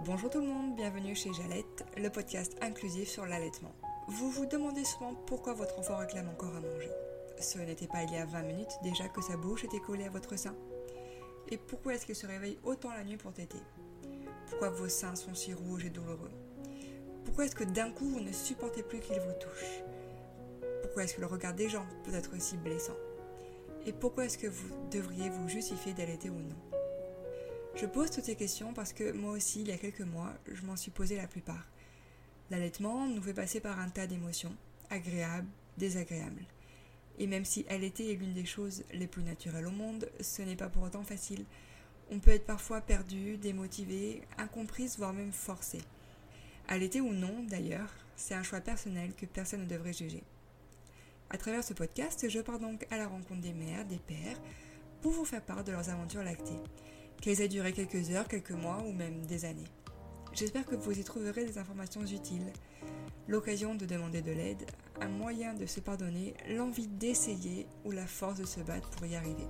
Bonjour tout le monde, bienvenue chez Jalette, le podcast inclusif sur l'allaitement. Vous vous demandez souvent pourquoi votre enfant réclame encore à manger. Ce n'était pas il y a 20 minutes déjà que sa bouche était collée à votre sein. Et pourquoi est-ce qu'il se réveille autant la nuit pour téter? Pourquoi vos seins sont si rouges et douloureux? Pourquoi est-ce que d'un coup vous ne supportez plus qu'il vous touche? Pourquoi est-ce que le regard des gens peut être aussi blessant? Et pourquoi est-ce que vous devriez vous justifier d'allaiter ou non? Je pose toutes ces questions parce que moi aussi, il y a quelques mois, je m'en suis posé la plupart. L'allaitement nous fait passer par un tas d'émotions, agréables, désagréables. Et même si allaiter est l'une des choses les plus naturelles au monde, ce n'est pas pour autant facile. On peut être parfois perdu, démotivé, incomprise, voire même forcé. Allaiter ou non, d'ailleurs, c'est un choix personnel que personne ne devrait juger. À travers ce podcast, je pars donc à la rencontre des mères, des pères, pour vous faire part de leurs aventures lactées. Qu'elles aient duré quelques heures, quelques mois ou même des années. J'espère que vous y trouverez des informations utiles, l'occasion de demander de l'aide, un moyen de se pardonner, l'envie d'essayer ou la force de se battre pour y arriver.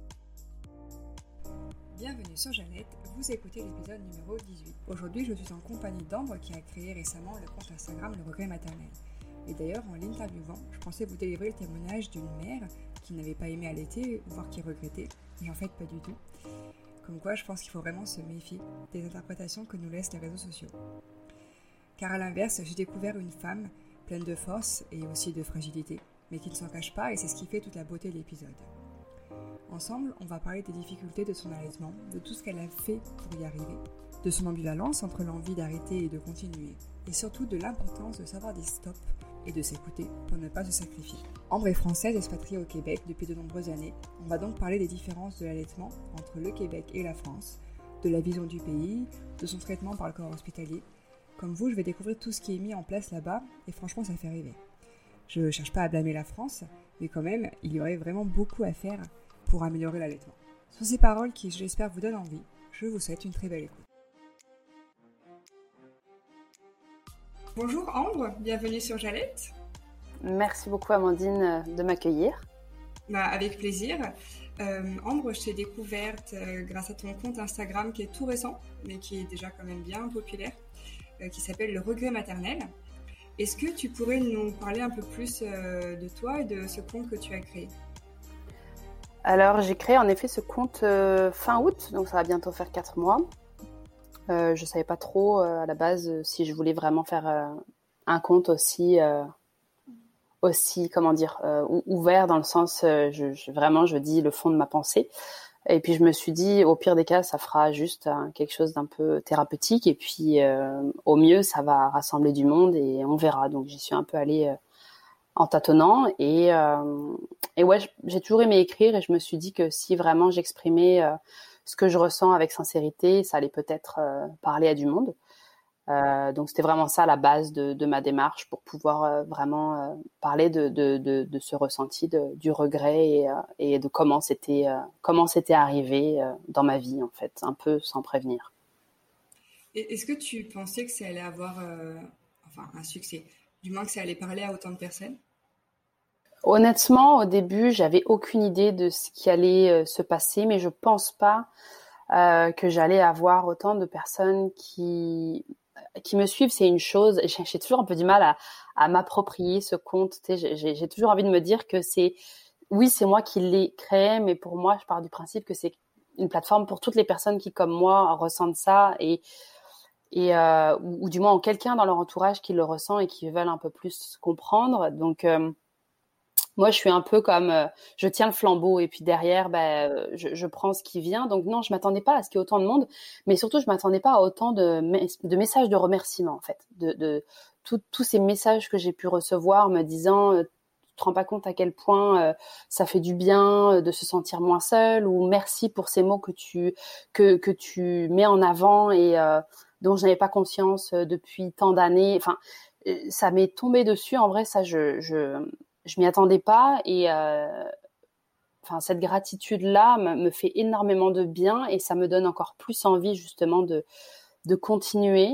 Bienvenue sur Jalette, vous écoutez l'épisode numéro 18. Aujourd'hui, je suis en compagnie d'Ambre qui a créé récemment le compte Instagram Le Regret Maternel. Et d'ailleurs, en l'interviewant, je pensais vous délivrer le témoignage d'une mère qui n'avait pas aimé allaiter, voire qui regrettait, et en fait pas du tout. Comme quoi, je pense qu'il faut vraiment se méfier des interprétations que nous laissent les réseaux sociaux. Car à l'inverse, j'ai découvert une femme pleine de force et aussi de fragilité, mais qui ne s'en cache pas et c'est ce qui fait toute la beauté de l'épisode. Ensemble, on va parler des difficultés de son allaitement, de tout ce qu'elle a fait pour y arriver, de son ambivalence entre l'envie d'arrêter et de continuer, et surtout de l'importance de savoir dire stop et de s'écouter pour ne pas se sacrifier. Ambre est française expatriée au Québec depuis de nombreuses années. On va donc parler des différences de l'allaitement entre le Québec et la France, de la vision du pays, de son traitement par le corps hospitalier. Comme vous, je vais découvrir tout ce qui est mis en place là-bas et franchement, ça fait rêver. Je ne cherche pas à blâmer la France, mais quand même, il y aurait vraiment beaucoup à faire pour améliorer l'allaitement. Sur ces paroles qui, je l'espère, vous donnent envie, je vous souhaite une très belle écoute. Bonjour Ambre, bienvenue sur Jalette. Merci beaucoup Amandine de m'accueillir. Avec plaisir. Ambre, je t'ai découverte grâce à ton compte Instagram qui est tout récent, mais qui est déjà quand même bien populaire, qui s'appelle Le Regret Maternel. Est-ce que tu pourrais nous parler un peu plus de toi et de ce compte que tu as créé? Alors j'ai créé en effet ce compte fin août, donc ça va bientôt faire 4 mois. Je savais pas trop à la base si je voulais vraiment faire un compte aussi comment dire ouvert dans le sens je dis le fond de ma pensée et puis je me suis dit au pire des cas ça fera juste quelque chose d'un peu thérapeutique et puis au mieux ça va rassembler du monde et on verra. Donc j'y suis un peu allée en tâtonnant et ouais j'ai toujours aimé écrire et je me suis dit que si vraiment j'exprimais ce que je ressens avec sincérité, ça allait peut-être parler à du monde. Donc c'était vraiment ça la base de ma démarche pour pouvoir vraiment parler de ce ressenti, du regret et de comment c'était arrivé dans ma vie en fait, un peu sans prévenir. Est-ce que tu pensais que ça allait avoir un succès, du moins que ça allait parler à autant de personnes? Honnêtement, au début, j'avais aucune idée de ce qui allait se passer, mais je pense pas que j'allais avoir autant de personnes qui me suivent. C'est une chose, j'ai toujours un peu du mal à m'approprier ce compte. Tu sais, j'ai toujours envie de me dire que c'est moi qui l'ai créé, mais pour moi, je pars du principe que c'est une plateforme pour toutes les personnes qui, comme moi, ressentent ça et ou du moins ont quelqu'un dans leur entourage qui le ressent et qui veulent un peu plus comprendre. Donc moi, je suis un peu comme je tiens le flambeau et puis derrière, je prends ce qui vient. Donc non, je m'attendais pas à ce qu'il y ait autant de monde, mais surtout, je m'attendais pas à autant de messages de remerciement en fait, de tous ces messages que j'ai pu recevoir me disant tu te rends pas compte à quel point ça fait du bien de se sentir moins seul ou merci pour ces mots que tu mets en avant et dont je n'avais pas conscience depuis tant d'années. Enfin, ça m'est tombé dessus. En vrai, ça, je m'y attendais pas et cette gratitude-là me fait énormément de bien et ça me donne encore plus envie justement de continuer.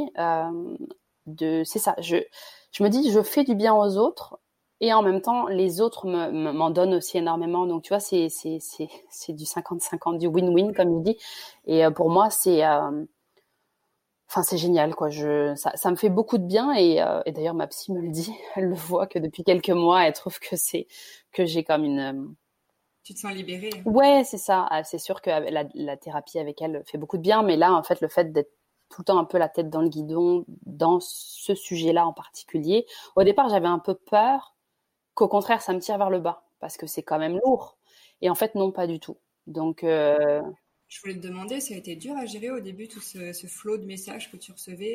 C'est ça. Je me dis, je fais du bien aux autres et en même temps, les autres m'en donnent aussi énormément. Donc, tu vois, c'est du 50-50, du win-win, comme je dis. Et pour moi, Enfin, c'est génial, quoi. Ça me fait beaucoup de bien et d'ailleurs ma psy me le dit. Elle le voit que depuis quelques mois, elle trouve que j'ai comme une. Tu te sens libérée? Ouais, c'est ça. Ah, c'est sûr que la thérapie avec elle fait beaucoup de bien, mais là, en fait, le fait d'être tout le temps un peu la tête dans le guidon dans ce sujet-là en particulier. Au départ, j'avais un peu peur qu'au contraire, ça me tire vers le bas parce que c'est quand même lourd. Et en fait, non, pas du tout. Donc, Je voulais te demander, ça a été dur à gérer au début, tout ce flot de messages que tu recevais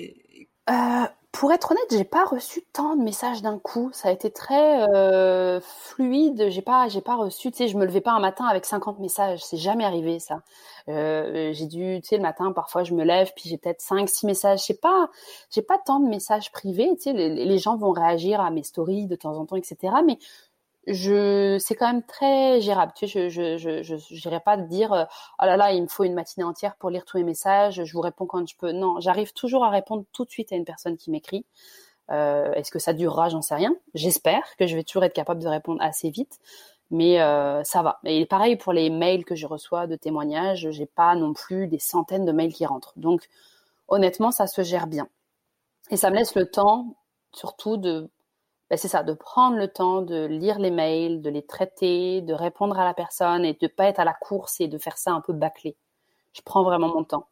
pour être honnête, j'ai pas reçu tant de messages d'un coup. Ça a été très fluide. J'ai pas reçu. Tu sais, je me levais pas un matin avec 50 messages. C'est jamais arrivé ça. J'ai dû, tu sais, le matin, parfois je me lève puis j'ai peut-être 5, 6 messages. J'ai pas tant de messages privés. Tu sais, les gens vont réagir à mes stories de temps en temps, etc. Mais c'est quand même très gérable. Tu sais, j'irais pas te dire, oh là là, il me faut une matinée entière pour lire tous mes messages, je vous réponds quand je peux. Non, j'arrive toujours à répondre tout de suite à une personne qui m'écrit. Est-ce que ça durera? J'en sais rien. J'espère que je vais toujours être capable de répondre assez vite, mais ça va. Et pareil pour les mails que je reçois de témoignages, j'ai pas non plus des centaines de mails qui rentrent. Donc, honnêtement, ça se gère bien. Et ça me laisse le temps, surtout c'est ça, de prendre le temps de lire les mails, de les traiter, de répondre à la personne et de pas être à la course et de faire ça un peu bâclé. Je prends vraiment mon temps.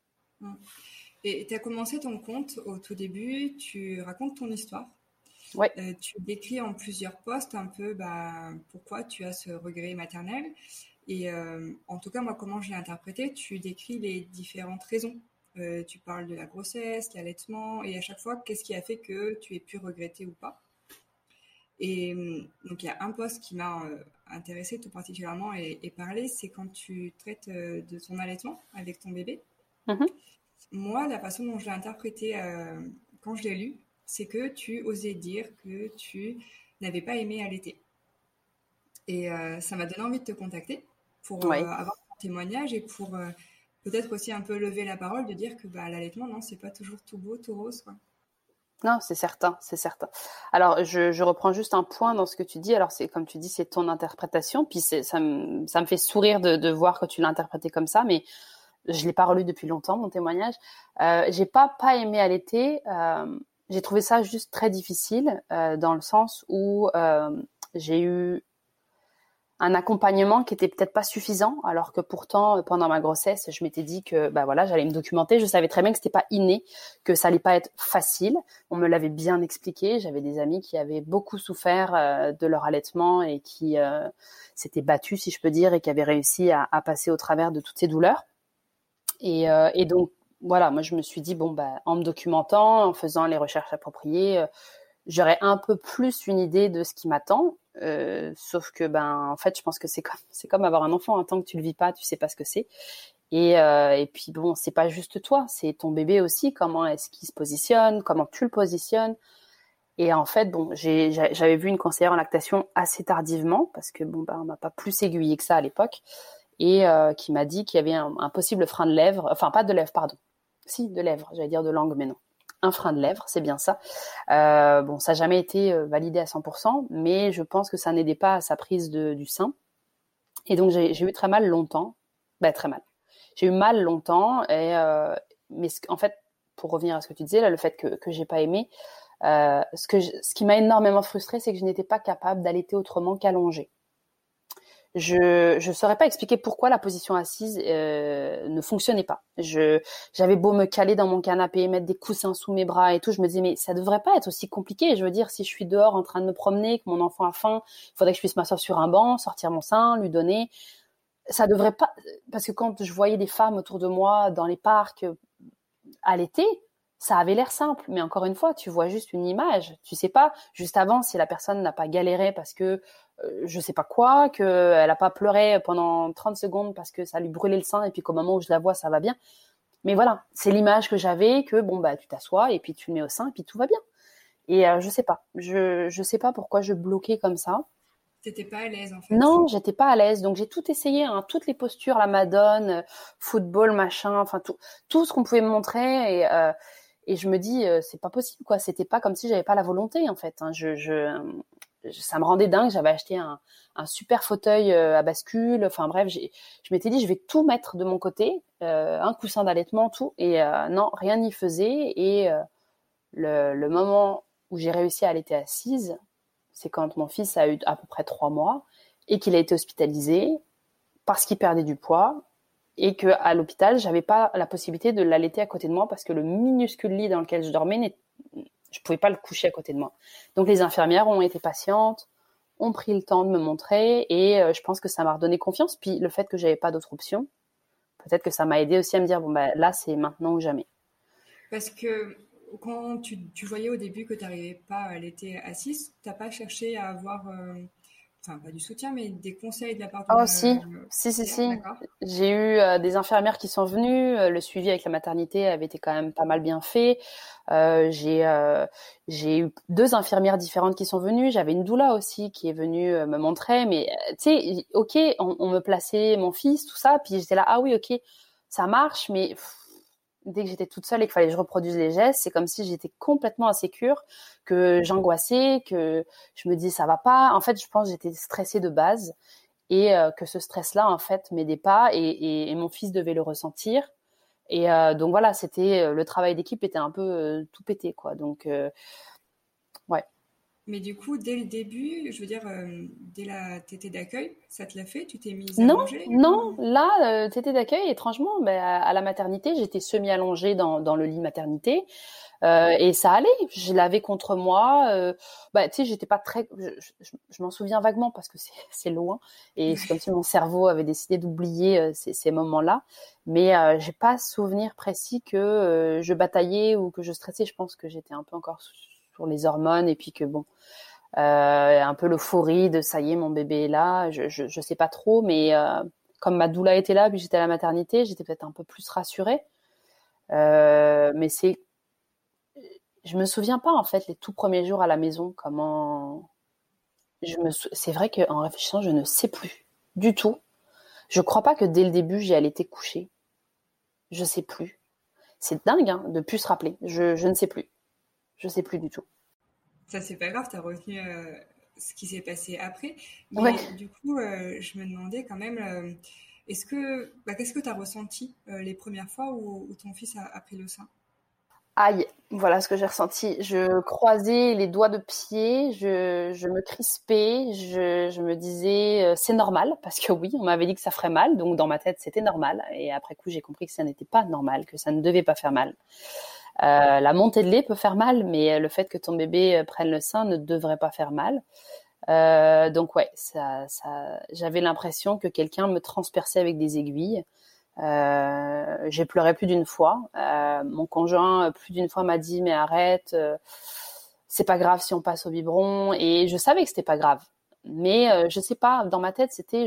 Et tu as commencé ton compte au tout début, tu racontes ton histoire. Ouais. Tu décris en plusieurs posts un peu pourquoi tu as ce regret maternel. Et en tout cas, moi, comment je l'ai interprété, tu décris les différentes raisons. Tu parles de la grossesse, l'allaitement, et à chaque fois, qu'est-ce qui a fait que tu aies pu regretter ou pas. Et donc, il y a un post qui m'a intéressé tout particulièrement et parlé, c'est quand tu traites de ton allaitement avec ton bébé. Mm-hmm. Moi, la façon dont je l'ai interprété quand je l'ai lu, c'est que tu osais dire que tu n'avais pas aimé allaiter. Et ça m'a donné envie de te contacter pour Ouais. avoir ton témoignage et pour peut-être aussi un peu lever la parole, de dire que l'allaitement, non, c'est pas toujours tout beau, tout rose, quoi. Non, c'est certain, c'est certain. Alors, je reprends juste un point dans ce que tu dis. Alors, c'est comme tu dis, c'est ton interprétation. Puis ça me fait sourire de voir que tu l'as interprété comme ça, mais je l'ai pas relu depuis longtemps, mon témoignage. J'ai pas aimé allaiter. J'ai trouvé ça juste très difficile dans le sens où j'ai eu un accompagnement qui était peut-être pas suffisant, alors que pourtant pendant ma grossesse, je m'étais dit que voilà, j'allais me documenter. Je savais très bien que c'était pas inné, que ça allait pas être facile. On me l'avait bien expliqué. J'avais des amis qui avaient beaucoup souffert de leur allaitement et qui s'étaient battus, si je peux dire, et qui avaient réussi à passer au travers de toutes ces douleurs. Et donc voilà, moi je me suis dit en me documentant, en faisant les recherches appropriées, j'aurais un peu plus une idée de ce qui m'attend. Sauf que en fait, je pense que c'est comme avoir un enfant. Tant que tu le vis pas, tu sais pas ce que c'est. Et puis c'est pas juste toi, c'est ton bébé aussi. Comment est-ce qu'il se positionne, comment tu le positionnes. Et en fait, j'avais vu une conseillère en lactation assez tardivement parce que on m'a pas plus aiguillé que ça à l'époque et qui m'a dit qu'il y avait un possible frein de lèvres, enfin pas de lèvres, pardon. Si, de lèvres, j'allais dire de langue, mais non. Un frein de lèvres, c'est bien ça. Ça n'a jamais été validé à 100%, mais je pense que ça n'aidait pas à sa prise du sein. Et donc, j'ai eu très mal longtemps. Très mal. J'ai eu mal longtemps, mais en fait, pour revenir à ce que tu disais, là, le fait que j'ai pas aimé, ce qui m'a énormément frustrée, c'est que je n'étais pas capable d'allaiter autrement qu'allongée. Je saurais pas expliquer pourquoi la position assise ne fonctionnait pas. J'avais beau me caler dans mon canapé, mettre des coussins sous mes bras et tout, je me disais mais ça devrait pas être aussi compliqué. Je veux dire, si je suis dehors en train de me promener, que mon enfant a faim, il faudrait que je puisse m'asseoir sur un banc, sortir mon sein, lui donner. Ça devrait pas, parce que quand je voyais des femmes autour de moi dans les parcs allaiter, ça avait l'air simple, mais encore une fois, tu vois juste une image. Tu sais pas juste avant si la personne n'a pas galéré parce que je sais pas quoi, qu'elle a pas pleuré pendant 30 secondes parce que ça lui brûlait le sein et puis qu'au moment où je la vois, ça va bien. Mais voilà, c'est l'image que j'avais que tu t'assois et puis tu le mets au sein et puis tout va bien. Et je sais pas. Je sais pas pourquoi je bloquais comme ça. T'étais pas à l'aise en fait. Non, j'étais pas à l'aise. Donc j'ai tout essayé, toutes les postures, la Madone, football, machin, enfin tout ce qu'on pouvait me montrer et je me dis c'est pas possible quoi. C'était pas comme si j'avais pas la volonté en fait. ça me rendait dingue. J'avais acheté un super fauteuil à bascule. Enfin bref, je m'étais dit, je vais tout mettre de mon côté, un coussin d'allaitement, tout. Et non, rien n'y faisait. Et le moment où j'ai réussi à allaiter assise, c'est quand mon fils a eu à peu près 3 mois et qu'il a été hospitalisé parce qu'il perdait du poids et que à l'hôpital, j'avais pas la possibilité de l'allaiter à côté de moi parce que le minuscule lit dans lequel je dormais, je pouvais pas le coucher à côté de moi. Donc les infirmières ont été patientes, ont pris le temps de me montrer et je pense que ça m'a redonné confiance. Puis le fait que j'avais pas d'autre option, peut-être que ça m'a aidé aussi à me dire bon bah là c'est maintenant ou jamais. Parce que quand tu voyais au début que tu n'arrivais pas à allaiter assise, tu n'as pas cherché à avoir, enfin pas du soutien, mais des conseils de la part Oh d'une si. d'accord. J'ai eu des infirmières qui sont venues. Le suivi avec la maternité avait été quand même pas mal bien fait. J'ai eu 2 infirmières différentes qui sont venues. J'avais une doula aussi qui est venue me montrer. Mais tu sais, ok, on me plaçait mon fils, tout ça. Puis j'étais là, ah oui, ok, ça marche. Mais dès que j'étais toute seule et qu'il fallait que je reproduise les gestes, c'est comme si j'étais complètement insécure, que j'angoissais, que je me dis ça va pas. En fait, je pense que j'étais stressée de base et que ce stress-là, en fait, m'aidait pas et mon fils devait le ressentir. Et donc voilà, c'était le travail d'équipe était un peu tout pété, quoi. Donc ouais. Mais du coup, dès le début, je veux dire, dès la tétée d'accueil, ça te l'a fait? Tu t'es mise Non, allongée non, ou... là, tétée d'accueil, étrangement, ben, à la maternité, j'étais semi-allongée dans le lit maternité. Et ça allait, je l'avais contre moi. Bah, tu sais, j'étais pas très. Je m'en souviens vaguement parce que c'est loin et c'est comme si mon cerveau avait décidé d'oublier ces moments-là. Mais j'ai pas souvenir précis que je bataillais ou que je stressais. Je pense que j'étais un peu encore sur les hormones et puis que bon, un peu l'euphorie de ça y est, mon bébé est là. Je sais pas trop, mais comme ma doula était là, puis j'étais à la maternité, j'étais peut-être un peu plus rassurée. Mais je me souviens pas en fait les tout premiers jours à la maison comment c'est vrai qu'en réfléchissant je ne sais plus du tout. Je crois pas que dès le début j'y allais été couchée. Je sais plus. C'est dingue hein, de plus se rappeler. Je ne sais plus. Je sais plus du tout. Ça, c'est pas grave, tu as retenu ce qui s'est passé après. Ouais. Mais du coup, je me demandais quand même, qu'est-ce que tu as ressenti les premières fois où ton fils a pris le sein? Aïe, voilà ce que j'ai ressenti. Je croisais les doigts de pied, je me crispais, je me disais c'est normal parce que oui, on m'avait dit que ça ferait mal, donc dans ma tête c'était normal. Et après coup j'ai compris que ça n'était pas normal, que ça ne devait pas faire mal. La montée de lait peut faire mal, mais le fait que ton bébé prenne le sein ne devrait pas faire mal. Donc ouais, j'avais l'impression que quelqu'un me transperçait avec des aiguilles. J'ai pleuré plus d'une fois. Mon conjoint plus d'une fois m'a dit mais arrête, c'est pas grave si on passe au biberon. Et je savais que c'était pas grave, mais je sais pas. Dans ma tête c'était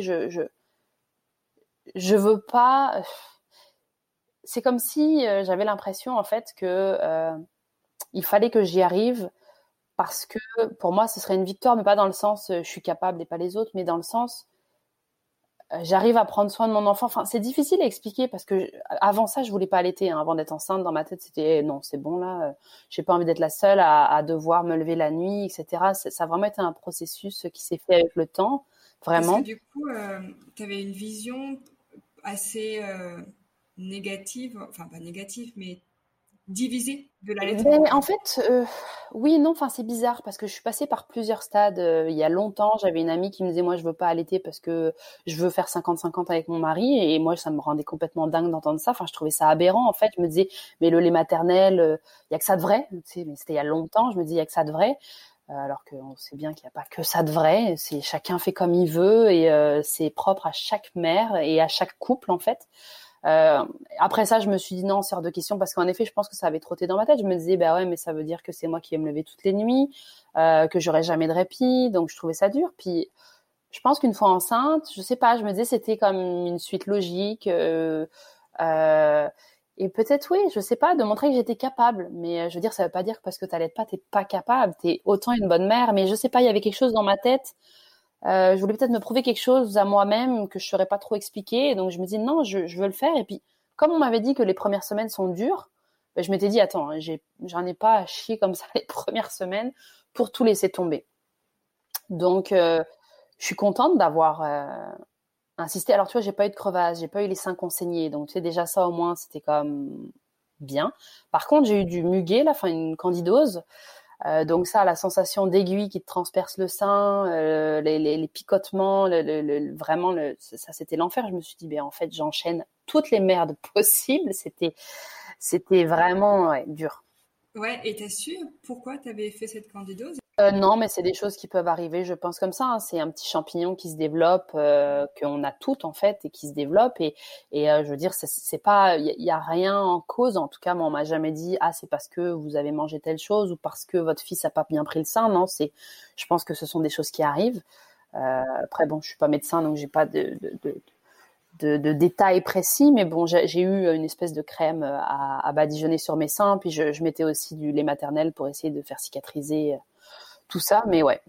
je veux pas. C'est comme si j'avais l'impression en fait que il fallait que j'y arrive parce que pour moi ce serait une victoire, mais pas dans le sens je suis capable et pas les autres, mais dans le sens j'arrive à prendre soin de mon enfant. Enfin, c'est difficile à expliquer parce que avant ça, je voulais pas allaiter. Hein. Avant d'être enceinte, dans ma tête, c'était non, c'est bon là. J'ai pas envie d'être la seule à devoir me lever la nuit, etc. Ça a vraiment été un processus qui s'est fait avec le temps, Parce que vraiment. du coup, tu avais une vision assez négative, enfin pas négative, mais divisée de l'allaitement en Mais en fait. fait, oui, non, enfin c'est bizarre parce que je suis passée par plusieurs stades. Il y a longtemps, j'avais une amie qui me disait moi je veux pas allaiter parce que je veux faire 50-50 avec mon mari et moi ça me rendait complètement dingue d'entendre ça. Enfin je trouvais ça aberrant en fait. Je me disais mais le lait maternel, il y a que ça de vrai. Tu sais, mais c'était il y a longtemps. Je me dis il y a que ça de vrai. Alors qu'on sait bien qu'il n'y a pas que ça de vrai. C'est chacun fait comme il veut et c'est propre à chaque mère et à chaque couple en fait. Euh, Après ça, je me suis dit non, c'est hors de question parce qu'en effet, je pense que ça avait trotté dans ma tête. Je me disais, bah ouais, mais ça veut dire que c'est moi qui vais me lever toutes les nuits, que j'aurai jamais de répit, donc je trouvais ça dur. Puis je pense qu'une fois enceinte, je sais pas, je me disais c'était comme une suite logique. Et peut-être oui, je sais pas, de montrer que j'étais capable. Mais je veux dire, ça veut pas dire que parce que t'allaites pas, t'es pas capable. T'es autant une bonne mère. Mais je sais pas, il y avait quelque chose dans ma tête. Je voulais peut-être me prouver quelque chose à moi-même que je saurais pas trop expliquer. Et donc je me dis non, je veux le faire. Et puis comme on m'avait dit que les premières semaines sont dures, ben, je m'étais dit attends, j'en ai pas à chier comme ça les premières semaines pour tout laisser tomber. Donc, je suis contente d'avoir insisté. Alors, tu vois, j'ai pas eu de crevasse, j'ai pas eu les seins qu'on saignait. Donc, tu sais, déjà ça, au moins, c'était comme bien. Par contre, j'ai eu du muguet, là, enfin, une candidose. Donc ça, la sensation d'aiguille qui te transperce le sein, les picotements, vraiment, ça, c'était l'enfer. Je me suis dit, ben, en fait, j'enchaîne toutes les merdes possibles. C'était vraiment dur. Ouais, et t'as su pourquoi t'avais fait cette candidose? Non, mais c'est des choses qui peuvent arriver, je pense comme ça, hein. C'est un petit champignon qui se développe, qu'on a toutes en fait, et qui se développe. Et je veux dire, c'est pas, y a rien en cause. En tout cas, moi, on m'a jamais dit, ah, c'est parce que vous avez mangé telle chose ou parce que votre fils a pas bien pris le sein. Non, je pense que ce sont des choses qui arrivent. Après, bon, je suis pas médecin, donc j'ai pas de détails précis, mais bon, j'ai eu une espèce de crème à badigeonner sur mes seins, puis je mettais aussi du lait maternel pour essayer de faire cicatriser tout ça, mais ouais,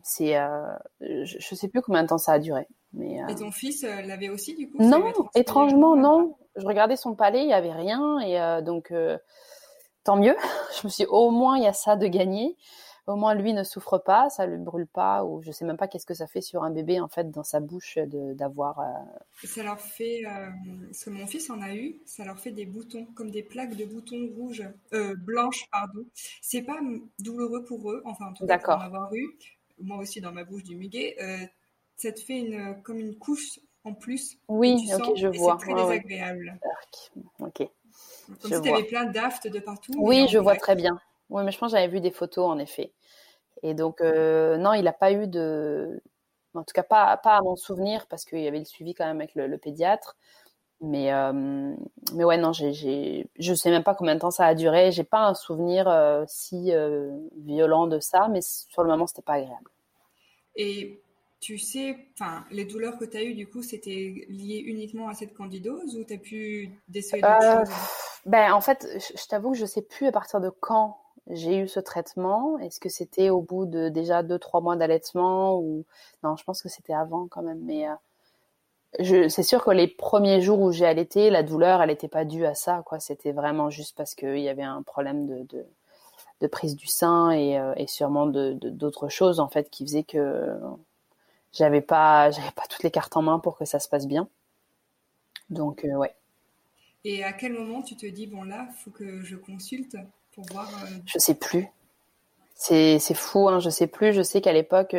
je sais plus combien de temps ça a duré. Mais Et ton fils l'avait aussi, du coup? Ça non, lui a transmis étrangement, également? non. Je regardais son palais, il y avait rien, et donc tant mieux. Je me suis dit, au moins il y a ça de gagné. Au moins lui ne souffre pas, ça lui brûle pas, ou je sais même pas qu'est-ce que ça fait sur un bébé en fait dans sa bouche d'avoir. Et ça leur fait, ce que mon fils en a eu, ça leur fait des boutons, comme des plaques de boutons rouges, blanches, pardon. C'est pas douloureux pour eux, enfin en tout cas pour en D'accord. avoir eu, moi aussi dans ma bouche du muguet, ça te fait comme une couche en plus que Oui, tu ok, sens je et c'est vois. très Ouais, ouais. désagréable. Arc. Ok, Comme je si tu avais vois. plein d'aftes de partout, mais Oui, en je vois plaques. très bien. Oui, mais je pense que j'avais vu des photos en effet. Et donc, non, il n'a pas eu de. En tout cas, pas à mon souvenir, parce qu'il y avait le suivi quand même avec le pédiatre. Mais, euh, mais ouais, non, je sais même pas combien de temps ça a duré. J'ai pas un souvenir si violent de ça, mais sur le moment, c'était pas agréable. Et tu sais, enfin, les douleurs que tu as eues, du coup, c'était lié uniquement à cette candidose ou tu as pu déceler d'autres Euh, choses? ben, en fait, je t'avoue que je sais plus à partir de quand j'ai eu ce traitement. Est-ce que c'était au bout de déjà 2, 3 mois d'allaitement ou non, je pense que c'était avant quand même. Mais c'est sûr que les premiers jours où j'ai allaité, la douleur, elle n'était pas due à ça, quoi. C'était vraiment juste parce qu'il y avait un problème de prise du sein et sûrement d'autres choses en fait qui faisaient que j'avais pas toutes les cartes en main pour que ça se passe bien. Donc ouais, Et à quel moment tu te dis, bon là, faut que je consulte pour voir. je sais plus. C'est fou, hein, je sais plus. Je sais qu'à l'époque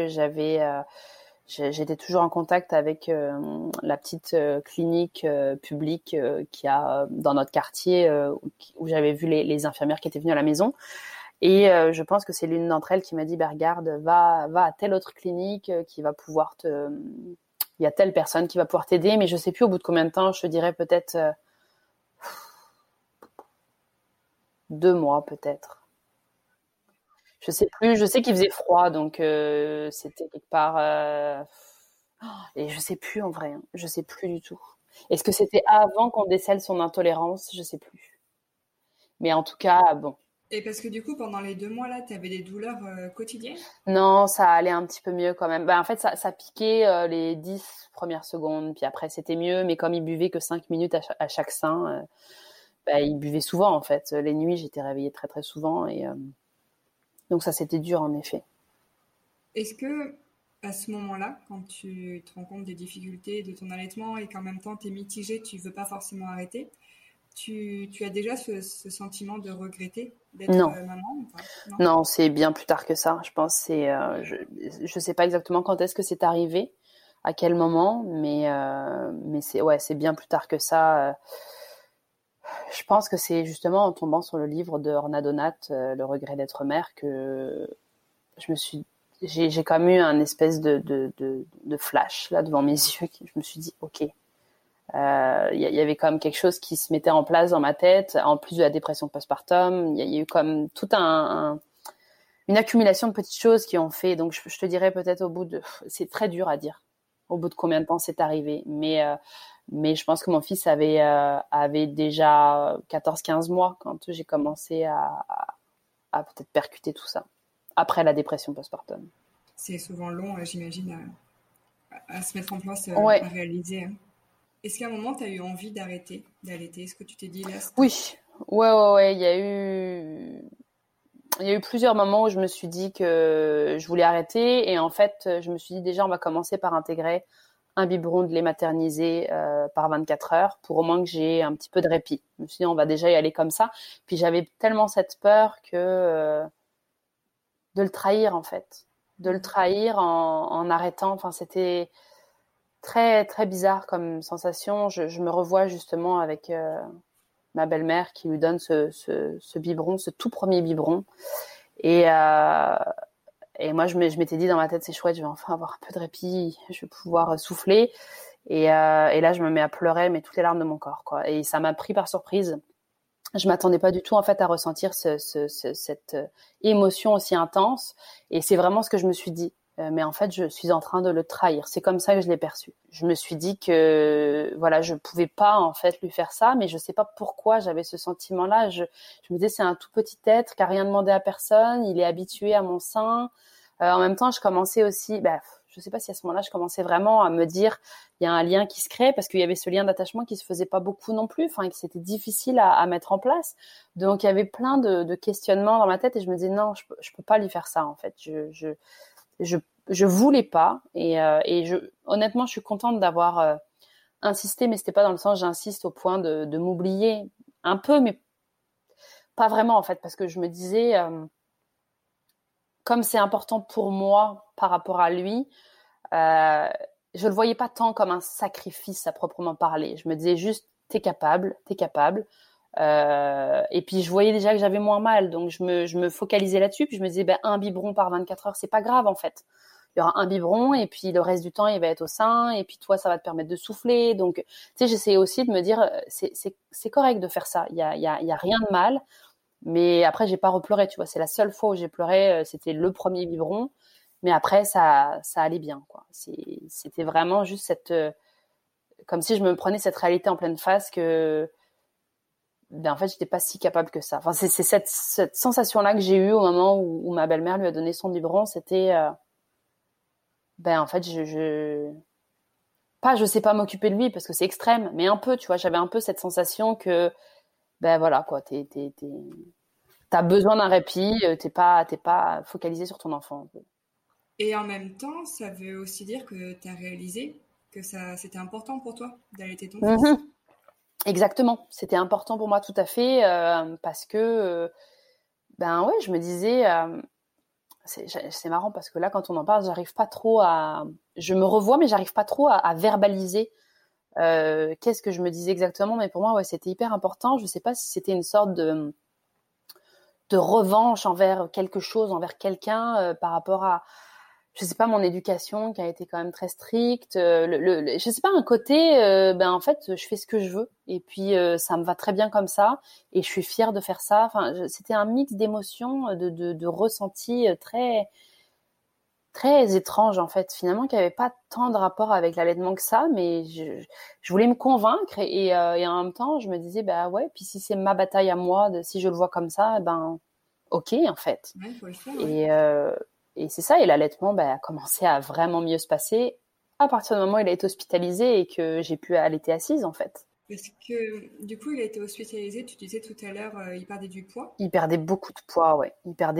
j'étais toujours en contact avec la petite clinique publique qu'il y a dans notre quartier où j'avais vu les infirmières qui étaient venues à la maison. Et je pense que c'est l'une d'entre elles qui m'a dit, bah, regarde, va à telle autre clinique qui va pouvoir il y a telle personne qui va pouvoir t'aider, mais je sais plus au bout de combien de temps, je te dirais peut-être 2 mois peut-être. Je sais plus, je sais qu'il faisait froid, donc c'était quelque part. Et je sais plus en vrai, hein. Je sais plus du tout. Est-ce que c'était avant qu'on décèle son intolérance? Je sais plus. Mais en tout cas, bon. Et parce que du coup, pendant les 2 mois là, tu avais des douleurs quotidiennes? Non, ça allait un petit peu mieux quand même. Bah, en fait, ça piquait les 10 premières secondes, puis après c'était mieux, mais comme il buvait que 5 minutes à chaque sein, bah, il buvait souvent en fait. Les nuits, j'étais réveillée très très souvent, et donc ça c'était dur en effet. Est-ce que à ce moment-là, quand tu te rends compte des difficultés de ton allaitement et qu'en même temps tu es mitigé, tu veux pas forcément arrêter, tu as déjà ce sentiment de regretter d'être Non, maman ou pas? Non? non, c'est bien plus tard que ça. Je pense je sais pas exactement quand est-ce que c'est arrivé, à quel moment, mais c'est ouais, c'est bien plus tard que ça. Je pense que c'est justement en tombant sur le livre de Orna Donat, Le regret d'être mère, que je me suis j'ai quand même eu un espèce de flash là devant mes yeux. Je me suis dit, ok, y avait quand même quelque chose qui se mettait en place dans ma tête, en plus de la dépression postpartum. Il y a eu comme tout une accumulation de petites choses qui ont fait. Donc je te dirais peut-être au bout de, c'est très dur à dire, au bout de combien de temps c'est arrivé. Mais je pense que mon fils avait déjà 14, 15 mois quand j'ai commencé à peut-être percuter tout ça après la dépression postpartum. C'est souvent long, j'imagine, à se mettre en place, Ouais, à réaliser, hein. Est-ce qu'à un moment, tu as eu envie d'allaiter? Est-ce que tu t'es dit là, stop? oui, ouais, il y a eu il y a eu plusieurs moments où je me suis dit que je voulais arrêter. Et en fait, je me suis dit déjà, on va commencer par intégrer un biberon de lait maternisé par 24 heures pour au moins que j'ai un petit peu de répit. Je me suis dit, on va déjà y aller comme ça. Puis j'avais tellement cette peur que de le trahir, en fait. De le trahir en arrêtant. Enfin, c'était très, très bizarre comme sensation. Je me revois justement avec ma belle-mère qui lui donne ce biberon, ce tout premier biberon. Et moi, je m'étais dit dans ma tête, c'est chouette, je vais enfin avoir un peu de répit, je vais pouvoir souffler. Et là, je me mets à pleurer, mais toutes les larmes de mon corps, quoi. Et ça m'a pris par surprise. Je m'attendais pas du tout, en fait, à ressentir cette émotion aussi intense. Et c'est vraiment ce que je me suis dit. Mais en fait, je suis en train de le trahir. C'est comme ça que je l'ai perçu. Je me suis dit que, voilà, je pouvais pas, en fait, lui faire ça, mais je sais pas pourquoi j'avais ce sentiment-là. Je me disais, c'est un tout petit être qui a rien demandé à personne. Il est habitué à mon sein. En même temps, je commençais aussi, je sais pas si à ce moment-là, je commençais vraiment à me dire, il y a un lien qui se crée parce qu'il y avait ce lien d'attachement qui se faisait pas beaucoup non plus, enfin, et que c'était difficile à mettre en place. Donc, il y avait plein de questionnements dans ma tête et je me disais, non, je peux pas lui faire ça, en fait. Je voulais pas honnêtement, je suis contente d'avoir insisté, mais c'était pas dans le sens j'insiste au point de m'oublier un peu, mais pas vraiment, en fait, parce que je me disais, comme c'est important pour moi par rapport à lui, je le voyais pas tant comme un sacrifice à proprement parler. Je me disais juste, t'es capable. Et puis je voyais déjà que j'avais moins mal, donc je me focalisais là-dessus. Puis je me disais, un biberon par 24 heures, c'est pas grave en fait. Il y aura un biberon et puis le reste du temps, il va être au sein. Et puis toi, ça va te permettre de souffler. Donc, tu sais, j'essayais aussi de me dire, c'est correct de faire ça. Il y a rien de mal. Mais après, j'ai pas repleuré, tu vois. C'est la seule fois où j'ai pleuré, c'était le premier biberon. Mais après, ça allait bien, quoi. C'était vraiment juste comme si je me prenais cette réalité en pleine face que, en fait, j'étais pas si capable que ça. Enfin, c'est cette sensation-là que j'ai eue au moment où ma belle-mère lui a donné son biberon. C'était, en fait, je sais pas m'occuper de lui parce que c'est extrême, mais un peu, tu vois. J'avais un peu cette sensation que, voilà, quoi. T'as besoin d'un répit. T'es pas focalisé sur ton enfant. Et en même temps, ça veut aussi dire que tu as réalisé que c'était important pour toi d'allaiter ton fils. Mm-hmm. Exactement, c'était important pour moi tout à fait parce que ouais, je me disais c'est marrant parce que là quand on en parle, je me revois mais j'arrive pas trop à verbaliser qu'est-ce que je me disais exactement, mais pour moi ouais, c'était hyper important. Je sais pas si c'était une sorte de revanche envers quelque chose, envers quelqu'un par rapport à, je sais pas, mon éducation qui a été quand même très stricte, je sais pas, un côté en fait je fais ce que je veux et puis ça me va très bien comme ça et je suis fière de faire ça. Enfin, c'était un mix d'émotions, de ressentis très très étrange en fait, finalement, qui avait pas tant de rapport avec l'allaitement que ça, mais je voulais me convaincre et en même temps je me disais ouais, puis si c'est ma bataille à moi, si je le vois comme ça, ok en fait. Ouais, faut le faire, Et c'est ça, et l'allaitement a commencé à vraiment mieux se passer à partir du moment où il a été hospitalisé et que j'ai pu allaiter assise en fait. Parce que du coup, il a été hospitalisé, tu disais tout à l'heure, il perdait du poids. Il perdait beaucoup de poids, ouais.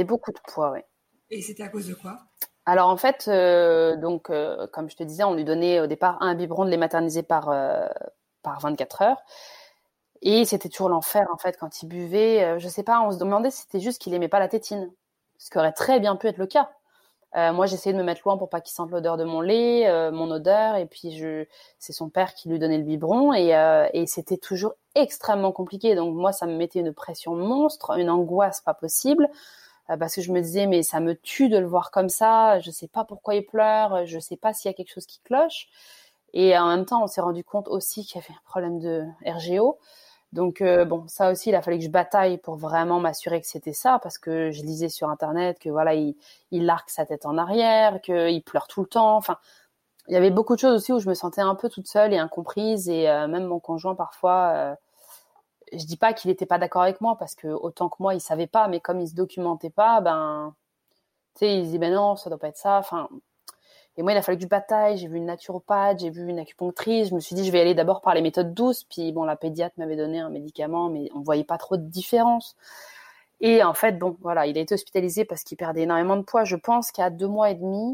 Et c'était à cause de quoi? Alors en fait, comme je te disais, on lui donnait au départ un biberon de lait maternisé par 24 heures. Et c'était toujours l'enfer en fait quand il buvait. Je sais pas, on se demandait si c'était juste qu'il aimait pas la tétine, ce qui aurait très bien pu être le cas. Moi, j'essayais de me mettre loin pour pas qu'il sente l'odeur de mon lait, mon odeur, et puis c'est son père qui lui donnait le biberon, et c'était toujours extrêmement compliqué. Donc moi, ça me mettait une pression monstre, une angoisse pas possible, parce que je me disais mais ça me tue de le voir comme ça. Je sais pas pourquoi il pleure, je sais pas s'il y a quelque chose qui cloche. Et en même temps, on s'est rendu compte aussi qu'il y avait un problème de RGO. Donc ça aussi, il a fallu que je bataille pour vraiment m'assurer que c'était ça, parce que je lisais sur internet que voilà, il arque sa tête en arrière, qu'il pleure tout le temps. Enfin, il y avait beaucoup de choses aussi où je me sentais un peu toute seule et incomprise, et même mon conjoint parfois, je dis pas qu'il était pas d'accord avec moi, parce que autant que moi, il savait pas, mais comme il se documentait pas, tu sais, il disait non, ça doit pas être ça. Enfin. Et moi, il a fallu que je bataille. J'ai vu une naturopathe, j'ai vu une acupunctrice. Je me suis dit, je vais aller d'abord par les méthodes douces. Puis bon, la pédiatre m'avait donné un médicament, mais on voyait pas trop de différence. Et en fait, bon, voilà, il a été hospitalisé parce qu'il perdait énormément de poids. Je pense qu'à 2 mois et demi,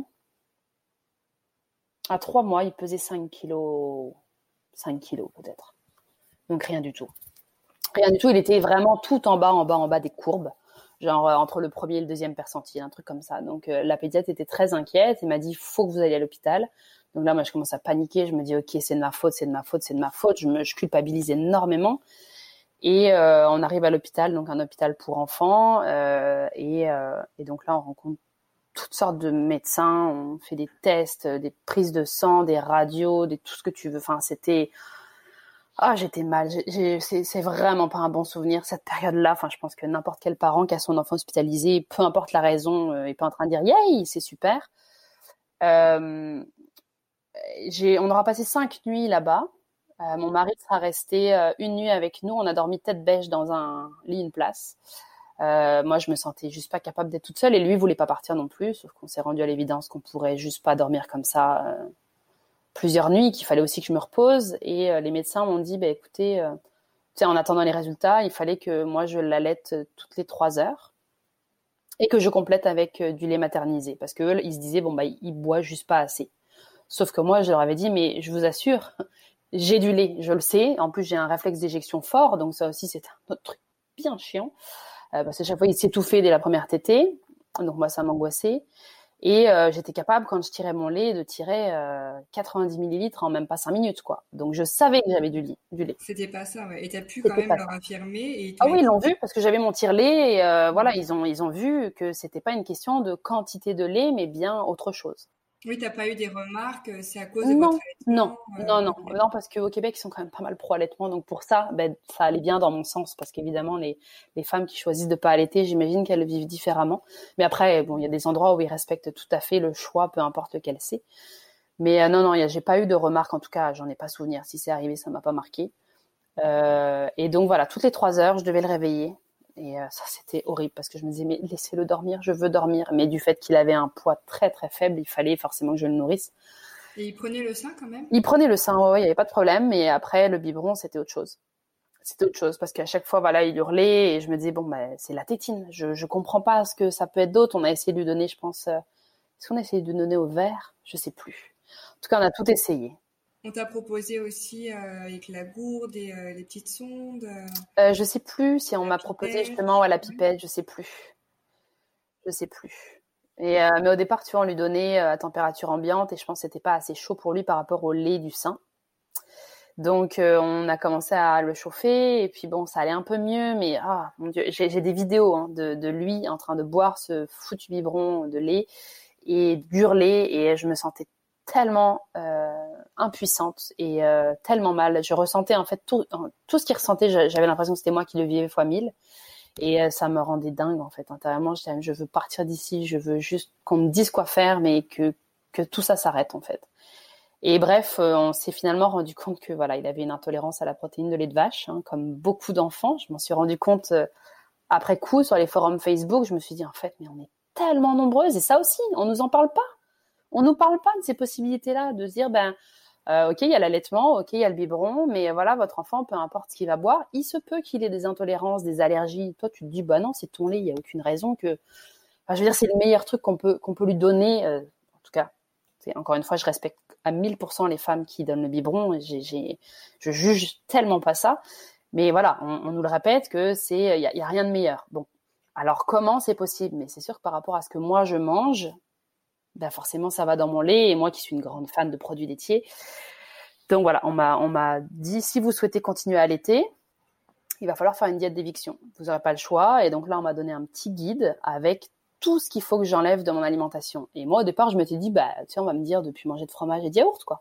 à 3 mois, il pesait 5 kilos, 5 kilos peut-être. Donc rien du tout. Rien du tout, il était vraiment tout en bas des courbes. Genre entre le premier et le deuxième percentile, un truc comme ça. Donc la pédiatre était très inquiète et m'a dit, faut que vous alliez à l'hôpital. Donc là, moi, je commence à paniquer. Je me dis, ok, c'est de ma faute, c'est de ma faute, c'est de ma faute. Je culpabilise énormément. Et on arrive à l'hôpital, donc un hôpital pour enfants. Et donc là, on rencontre toutes sortes de médecins. On fait des tests, des prises de sang, des radios, tout ce que tu veux. Enfin, c'était... Ah, j'étais mal. C'est vraiment pas un bon souvenir, cette période-là. Enfin, je pense que n'importe quel parent qui a son enfant hospitalisé, peu importe la raison, est pas en train de dire « Yay, c'est super ». On aura passé 5 nuits là-bas. Mon mari sera resté une nuit avec nous. On a dormi tête bêche dans un lit, une place. Moi, je me sentais juste pas capable d'être toute seule et lui voulait pas partir non plus. Sauf qu'on s'est rendu à l'évidence qu'on pourrait juste pas dormir comme ça plusieurs nuits, qu'il fallait aussi que je me repose. Et les médecins m'ont dit, bah, écoutez, en attendant les résultats, il fallait que moi je l'allaite toutes les 3 heures et que je complète avec du lait maternisé. Parce qu'eux, ils se disaient, bon, bah, il boit juste pas assez. Sauf que moi, je leur avais dit, mais je vous assure, j'ai du lait, je le sais. En plus, j'ai un réflexe d'éjection fort, donc ça aussi, c'est un autre truc bien chiant. Parce que chaque fois, il s'étouffait dès la première tétée. Donc moi, ça m'angoissait. Et j'étais capable, quand je tirais mon lait, de tirer 90 millilitres en même pas 5 minutes, quoi. Donc je savais que j'avais du lait. C'était pas ça, ouais. Et tu as pu quand C'était même pas leur ça. affirmer et ils Ah t'ont oui, ils l'ont écouté. vu parce que j'avais mon tire-lait et voilà, ils ont vu que c'était pas une question de quantité de lait, mais bien autre chose. Oui, t'as pas eu des remarques, c'est à cause de votre Non, non, allaitement. Ok. non, parce qu'au Québec, ils sont quand même pas mal pro-allaitement. Donc pour ça, ben, ça allait bien dans mon sens, parce qu'évidemment, les femmes qui choisissent de pas allaiter, j'imagine qu'elles le vivent différemment. Mais après, bon, il y a des endroits où ils respectent tout à fait le choix, peu importe lequel c'est. Mais non, j'ai pas eu de remarques, en tout cas, j'en ai pas souvenir. Si c'est arrivé, ça m'a pas marqué. Et donc voilà, toutes les 3 heures, je devais le réveiller. Et ça, c'était horrible parce que je me disais, mais laissez-le dormir, je veux dormir. Mais du fait qu'il avait un poids très très faible, il fallait forcément que je le nourrisse. Et ils prenaient le sein quand même? Il prenait le sein, ouais, il n'y avait pas de problème. Mais après, le biberon, c'était autre chose. C'était autre chose parce qu'à chaque fois, voilà, il hurlait et je me disais, bon, bah, c'est la tétine. Je comprends pas ce que ça peut être d'autre. On a essayé de lui donner, je pense, est-ce qu'on a essayé de lui donner au verre? Je sais plus. En tout cas, on a tout essayé. On t'a proposé aussi avec la gourde et les petites sondes, Je sais plus si on la m'a proposé pipette. justement à la Ouais. pipette, je sais plus. Je sais plus. Et mais au départ, tu vois, on lui donnait à température ambiante et je pense que c'était pas assez chaud pour lui par rapport au lait du sein. Donc on a commencé à le chauffer et puis bon, ça allait un peu mieux, mais ah mon Dieu, j'ai des vidéos de lui en train de boire ce foutu biberon de lait et d'hurler et je me sentais tellement impuissante et tellement mal. Je ressentais en fait tout ce qu'il ressentait, j'avais l'impression que c'était moi qui le vivais fois 1000. Et ça me rendait dingue en fait. Intérieurement, je veux partir d'ici, je veux juste qu'on me dise quoi faire, mais que tout ça s'arrête en fait. Et bref, on s'est finalement rendu compte que voilà, il avait une intolérance à la protéine de lait de vache, hein, comme beaucoup d'enfants. Je m'en suis rendu compte après coup sur les forums Facebook. Je me suis dit en fait, mais on est tellement nombreuses et ça aussi, on nous en parle pas. On nous parle pas de ces possibilités-là, de se dire ben ok, il y a l'allaitement, ok, il y a le biberon, mais voilà, votre enfant, peu importe ce qu'il va boire, il se peut qu'il ait des intolérances, des allergies. Toi, tu te dis, bah non, c'est ton lait, il n'y a aucune raison que. Enfin, je veux dire, c'est le meilleur truc qu'on peut lui donner. En tout cas, encore une fois, je respecte à 1000% les femmes qui donnent le biberon. Je juge tellement pas ça. Mais voilà, on nous le répète que il y a rien de meilleur. Bon, alors comment c'est possible? Mais c'est sûr que par rapport à ce que moi je mange, ben forcément ça va dans mon lait et moi qui suis une grande fan de produits laitiers. Donc voilà, on m'a dit si vous souhaitez continuer à allaiter, il va falloir faire une diète d'éviction. Vous n'aurez pas le choix. Et donc là, on m'a donné un petit guide avec tout ce qu'il faut que j'enlève de mon alimentation. Et moi, au départ, je m'étais dit, bah, tu sais, on va me dire de plus manger de fromage et de yaourt, quoi.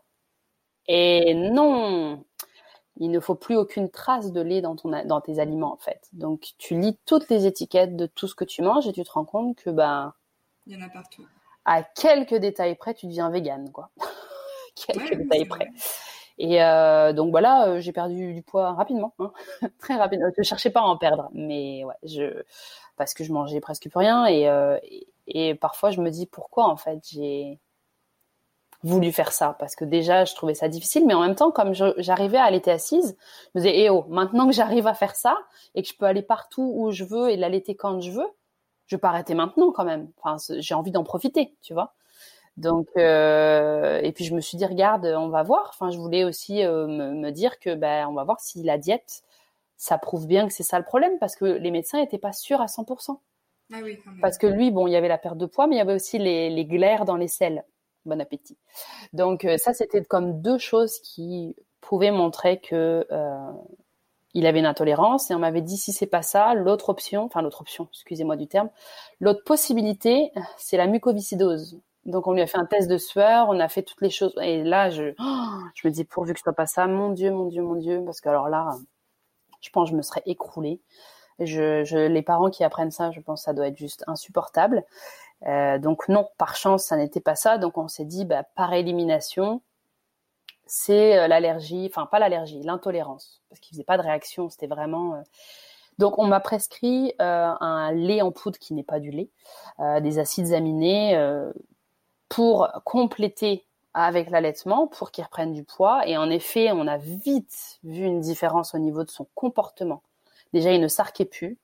Et non, il ne faut plus aucune trace de lait dans tes aliments, en fait. Donc, tu lis toutes les étiquettes de tout ce que tu manges et tu te rends compte que, ben, Il y en a partout. à quelques détails près, tu deviens végane, quoi. Quelques Ouais, détails c'est près. vrai. Et donc voilà, j'ai perdu du poids rapidement, hein. Très rapidement. Je cherchais pas à en perdre, mais ouais, parce que je mangeais presque plus rien et parfois je me dis pourquoi en fait voulu faire ça parce que déjà je trouvais ça difficile, mais en même temps comme j'arrivais à allaiter assise, je me disais maintenant que j'arrive à faire ça et que je peux aller partout où je veux et l'allaiter quand je veux, je vais pas arrêter maintenant quand même. Enfin, j'ai envie d'en profiter, tu vois. Donc et puis je me suis dit regarde, on va voir. Enfin, je voulais aussi me dire que on va voir si la diète ça prouve bien que c'est ça le problème parce que les médecins étaient pas sûrs à 100%. Ah oui, quand même. Parce que lui, bon, il y avait la perte de poids, mais il y avait aussi les glaires dans les selles. Bon appétit. Donc ça, c'était comme deux choses qui pouvaient montrer que il avait une intolérance. Et on m'avait dit si c'est pas ça, l'autre option, excusez-moi du terme, l'autre possibilité, c'est la mucoviscidose. Donc on lui a fait un test de sueur, on a fait toutes les choses. Et là, je me dis pourvu que ce soit pas ça, mon Dieu, mon Dieu, mon Dieu, parce que alors là, je pense que je me serais écroulée. Les parents qui apprennent ça, je pense que ça doit être juste insupportable. Donc non, par chance, ça n'était pas ça. Donc on s'est dit, par élimination, c'est l'allergie, enfin pas l'allergie, l'intolérance, parce qu'il faisait pas de réaction, c'était vraiment. Donc on m'a prescrit un lait en poudre qui n'est pas du lait, des acides aminés pour compléter avec l'allaitement, pour qu'il reprenne du poids. Et en effet, on a vite vu une différence au niveau de son comportement. Déjà, il ne s'arquait plus.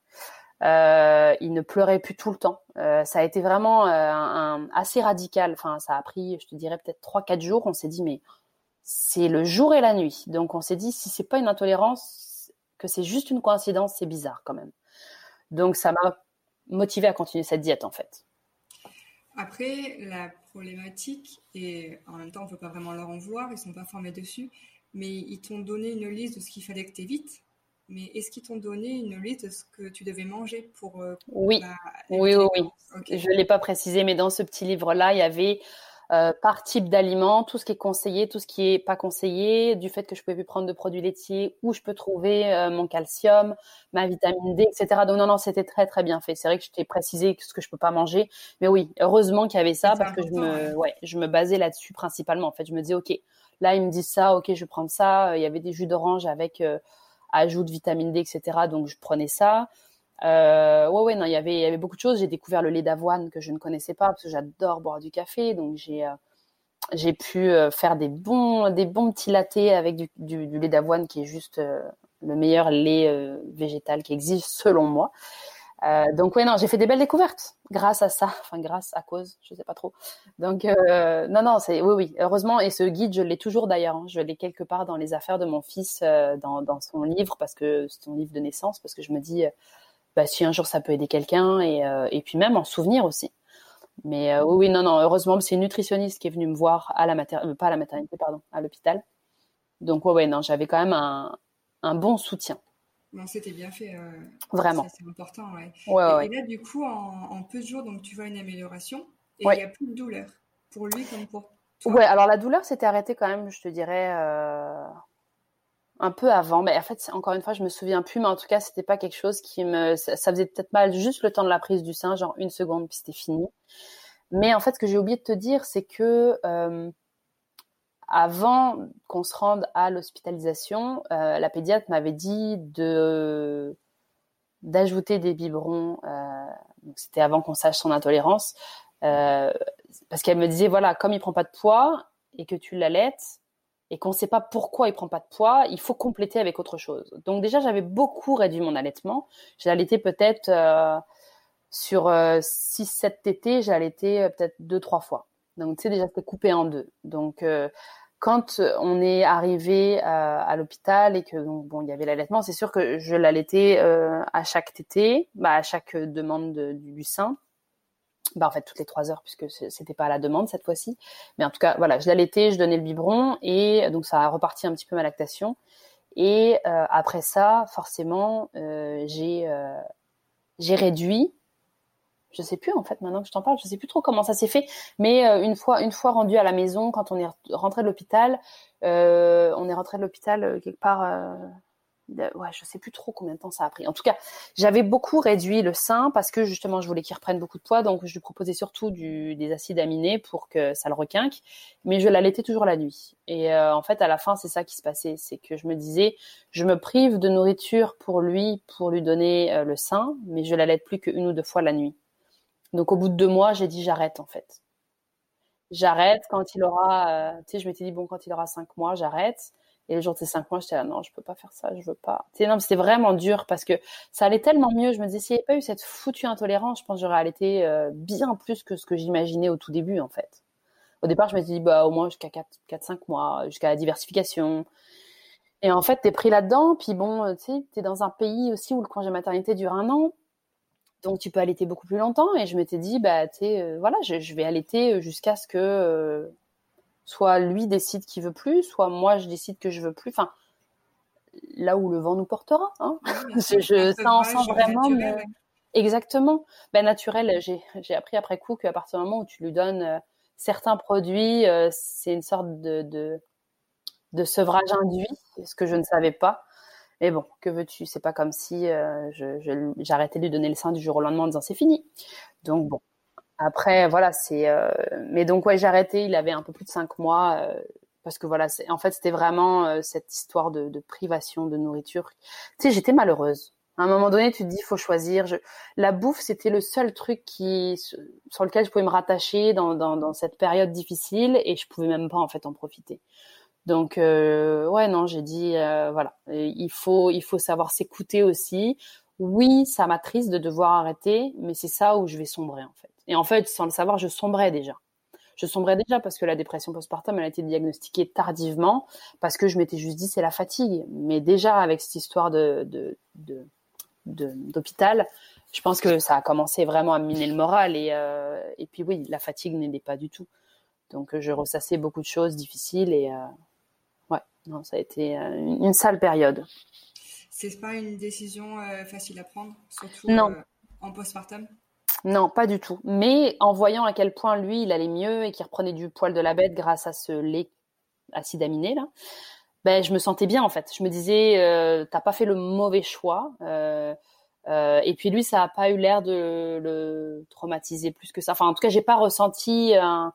Il ne pleurait plus tout le temps. Ça a été vraiment assez radical. Enfin, ça a pris, je te dirais, peut-être 3-4 jours. On s'est dit, mais c'est le jour et la nuit. Donc, on s'est dit, si c'est pas une intolérance, que c'est juste une coïncidence, c'est bizarre quand même. Donc, ça m'a motivée à continuer cette diète, en fait. Après, la problématique, et en même temps, on ne peut pas vraiment leur en vouloir, ils ne sont pas formés dessus, mais ils t'ont donné une liste de ce qu'il fallait que tu évites. Mais est-ce qu'ils t'ont donné une liste de ce que tu devais manger pour Oui. éviter Oui. Okay. Je ne l'ai pas précisé, mais dans ce petit livre-là, il y avait par type d'aliment, tout ce qui est conseillé, tout ce qui est pas conseillé, du fait que je pouvais plus prendre de produits laitiers, où je peux trouver mon calcium, ma vitamine D, etc. Donc non, c'était très très bien fait. C'est vrai que je t'ai précisé ce que je peux pas manger, mais oui, heureusement qu'il y avait ça parce que je me basais là-dessus principalement. En fait, je me disais ok, là ils me disent ça, ok, je vais prendre ça. Il y avait des jus d'orange avec ajout de vitamine D, etc. Donc je prenais ça. Non, il y avait beaucoup de choses. J'ai découvert le lait d'avoine que je ne connaissais pas parce que j'adore boire du café, donc j'ai pu faire des bons petits lattés avec du lait d'avoine qui est juste le meilleur lait végétal qui existe selon moi. Donc non, j'ai fait des belles découvertes grâce à ça, enfin grâce à cause, je sais pas trop. Donc non, c'est oui, heureusement. Et ce guide, je l'ai toujours d'ailleurs. Hein, je l'ai quelque part dans les affaires de mon fils, dans son livre parce que c'est son livre de naissance, parce que je me dis si un jour ça peut aider quelqu'un et puis même en souvenir aussi. Mais oui, non, heureusement, c'est une nutritionniste qui est venue me voir à la pas à la maternité, pardon, à l'hôpital. Donc non, j'avais quand même un bon soutien. Bon, c'était bien fait. Vraiment. C'est important, ouais. Ouais. Et là, du coup, en peu de jours, donc tu vois une amélioration et il ouais. n'y a plus de douleur pour lui comme pour toi. Ouais, alors la douleur s'était arrêtée quand même, je te dirais. Un peu avant, mais en fait, encore une fois, je me souviens plus, mais en tout cas, c'était pas quelque chose ça faisait peut-être mal juste le temps de la prise du sein, genre 1 seconde, puis c'était fini. Mais en fait, ce que j'ai oublié de te dire, c'est que avant qu'on se rende à l'hospitalisation, la pédiatre m'avait dit d'ajouter des biberons. Donc c'était avant qu'on sache son intolérance, parce qu'elle me disait voilà, comme il prend pas de poids et que tu l'allaites et qu'on ne sait pas pourquoi il prend pas de poids, il faut compléter avec autre chose. Donc déjà, j'avais beaucoup réduit mon allaitement. J'ai allaité peut-être sur 6-7 tétés, j'ai allaité peut-être 2-3 fois. Donc tu sais, déjà, c'était coupé en deux. Donc quand on est arrivé à l'hôpital et que il y avait l'allaitement, c'est sûr que je l'allaitais à chaque tétée, à chaque demande du sein. En fait, toutes les 3 heures, puisque c'était pas à la demande cette fois-ci. Mais en tout cas, voilà, je l'allaitais, je donnais le biberon et donc ça a reparti un petit peu ma lactation. Et après ça, forcément, j'ai réduit. Je sais plus en fait maintenant que je t'en parle, je sais plus trop comment ça s'est fait. Mais une fois rendu à la maison, quand on est rentré de l'hôpital, quelque part. Je sais plus trop combien de temps ça a pris. En tout cas, j'avais beaucoup réduit le sein parce que justement, je voulais qu'il reprenne beaucoup de poids. Donc, je lui proposais surtout des acides aminés pour que ça le requinque. Mais je l'allaitais toujours la nuit. Et en fait, à la fin, c'est ça qui se passait. C'est que je me disais, je me prive de nourriture pour lui donner le sein, mais je l'allaite plus qu'1 ou 2 fois la nuit. Donc, au bout de 2 mois, j'ai dit j'arrête en fait. j'arrête quand il aura, tu sais, je m'étais dit, bon, quand il aura 5 mois, j'arrête. Et le jour de ces 5 mois, j'étais là, non, je peux pas faire ça, je veux pas. Tu sais, non, c'était vraiment dur parce que ça allait tellement mieux. Je me disais, s'il n'y avait pas eu cette foutue intolérance, je pense que j'aurais allaité bien plus que ce que j'imaginais au tout début, en fait. Au départ, je m'étais dit, bah, au moins jusqu'à 4-5 mois, jusqu'à la diversification. Et en fait, t'es pris là-dedans, puis bon, tu sais, t'es dans un pays aussi où le congé maternité dure 1 an. Donc, tu peux allaiter beaucoup plus longtemps. Et je m'étais dit, bah, tu sais, voilà, je vais allaiter jusqu'à ce que soit lui décide qu'il veut plus, soit moi je décide que je veux plus. Enfin, là où le vent nous portera. Hein. Oui, Sans vraiment naturel. Exactement. Ben, naturel, j'ai appris après coup qu'à partir du moment où tu lui donnes certains produits, c'est une sorte de sevrage induit, ce que je ne savais pas. Mais bon, que veux-tu? C'est pas comme si j'arrêtais de lui donner le sein du jour au lendemain en disant c'est fini. Donc bon. Après, voilà, mais donc, ouais, j'ai arrêté, il avait un peu plus de 5 mois, parce que voilà, en fait, c'était vraiment cette histoire de privation de nourriture. Tu sais, j'étais malheureuse. À un moment donné, tu te dis, il faut choisir. La bouffe, c'était le seul truc sur lequel je pouvais me rattacher dans cette période difficile, et je pouvais même pas, en fait, en profiter. Donc, ouais, non, j'ai dit, voilà, il faut savoir s'écouter aussi. Oui, ça m'attriste de devoir arrêter, mais c'est ça où je vais sombrer, en fait. Et en fait, sans le savoir, je sombrais déjà. Je sombrais déjà parce que la dépression postpartum, elle a été diagnostiquée tardivement, parce que je m'étais juste dit, c'est la fatigue. Mais déjà, avec cette histoire d'hôpital, je pense que ça a commencé vraiment à miner le moral. Et puis oui, la fatigue n'aidait pas du tout. Donc, je ressassais beaucoup de choses difficiles et ouais, non, ça a été une sale période. C'est pas une décision facile à prendre, surtout Non, en postpartum. non, pas du tout. Mais en voyant à quel point lui, il allait mieux et qu'il reprenait du poil de la bête grâce à ce lait acide aminé là, ben je me sentais bien en fait. Je me disais, t'as pas fait le mauvais choix. Et puis lui, ça a pas eu l'air de le traumatiser plus que ça. Enfin, en tout cas, j'ai pas ressenti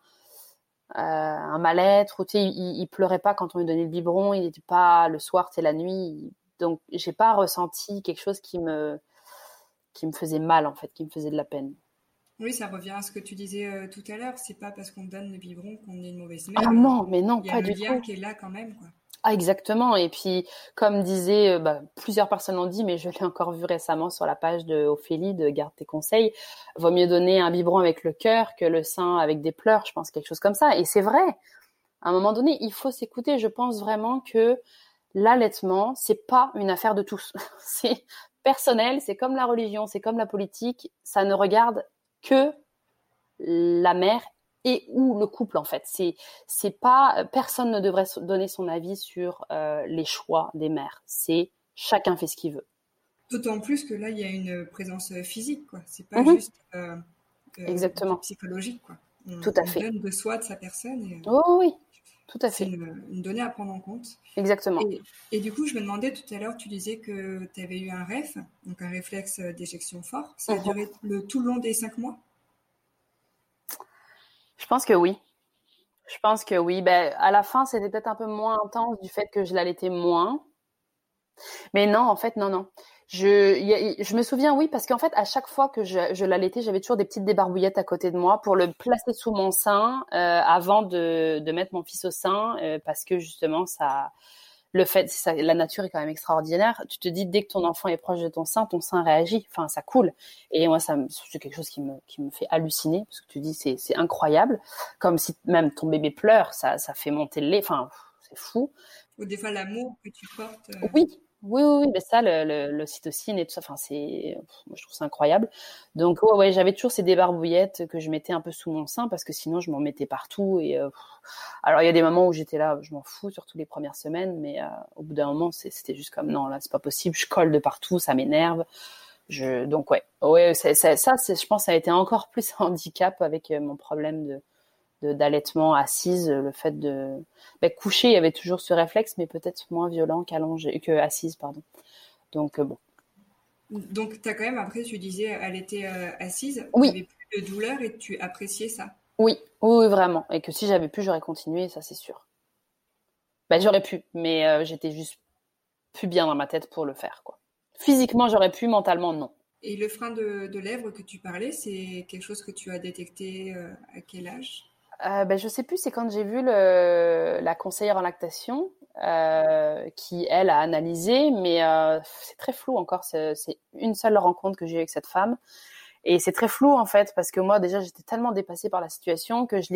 un mal-être. Ou tu sais, il pleurait pas quand on lui donnait le biberon. Il était pas le soir, c'est la nuit. Donc, j'ai pas ressenti quelque chose qui me faisait mal en fait, qui me faisait de la peine. Oui, ça revient à ce que tu disais tout à l'heure. C'est pas parce qu'on donne le biberon qu'on est une mauvaise Ah mère. non, mais non, Il y a pas le du lien tout. qui est là quand même, quoi. Ah exactement. Et puis, comme disait, plusieurs personnes l'ont dit, mais je l'ai encore vu récemment sur la page de Ophélie de Garde tes conseils. Vaut mieux donner un biberon avec le cœur que le sein avec des pleurs. Je pense quelque chose comme ça. Et c'est vrai. À un moment donné, il faut s'écouter. Je pense vraiment que l'allaitement, c'est pas une affaire de tous. C'est personnel. C'est comme la religion, c'est comme la politique. Ça ne regarde que la mère et ou le couple en fait. C'est pas personne ne devrait donner son avis sur les choix des mères. C'est chacun fait ce qu'il veut. D'autant plus que là, il y a une présence physique, quoi. C'est pas Mhm. juste du Exactement. psychologique, quoi. Tout à On fait. donne de soi, de sa personne, et Oh oui, tout à c'est fait. une donnée à prendre en compte. Exactement. Et du coup, je me demandais tout à l'heure, tu disais que tu avais eu un REF, donc un réflexe d'éjection fort. Ça a Mhm. duré tout le long des 5 mois? Je pense que oui. Je pense que oui. Ben, à la fin, c'était peut-être un peu moins intense du fait que je l'allaitais moins. Mais non, en fait, non, non. Je me souviens, oui, parce qu'en fait, à chaque fois que je l'allaitais, j'avais toujours des petites débarbouillettes à côté de moi pour le placer sous mon sein avant de mettre mon fils au sein, parce que justement, la nature est quand même extraordinaire. Tu te dis, dès que ton enfant est proche de ton sein réagit, enfin, ça coule. Et moi, c'est quelque chose qui me fait halluciner, parce que tu dis, c'est incroyable. Comme si même ton bébé pleure, ça fait monter le lait, enfin, c'est fou. Ou des fois, l'amour que tu portes. Oui, oui, oui, oui, mais ça, l'ocytocine et tout ça, enfin, moi, je trouve ça incroyable. Donc, ouais, ouais, j'avais toujours ces débarbouillettes que je mettais un peu sous mon sein parce que sinon, je m'en mettais partout. Alors, il y a des moments où j'étais là, je m'en fous, surtout les premières semaines, mais au bout d'un moment, c'était juste comme, non, là, c'est pas possible, je colle de partout, ça m'énerve. Donc, ouais, ouais, je pense, ça a été encore plus un handicap avec mon problème d'allaitement assise, le fait de coucher, il y avait toujours ce réflexe, mais peut-être moins violent que assise, pardon. Donc bon. Donc, tu as quand même, après, tu disais, elle était assise, tu Oui, avais plus de douleur et tu appréciais ça. oui, oui, oui, vraiment. Et que si j'avais pu, j'aurais continué, ça c'est sûr. J'aurais pu, mais j'étais juste plus bien dans ma tête pour le faire, quoi. Physiquement, j'aurais pu, mentalement, non. Et le frein de lèvres que tu parlais, c'est quelque chose que tu as détecté à quel âge? Je sais plus, c'est quand j'ai vu la conseillère en lactation qui, elle, a analysé, mais c'est très flou encore. C'est une seule rencontre que j'ai eu avec cette femme. Et c'est très flou, en fait, parce que moi, déjà, j'étais tellement dépassée par la situation que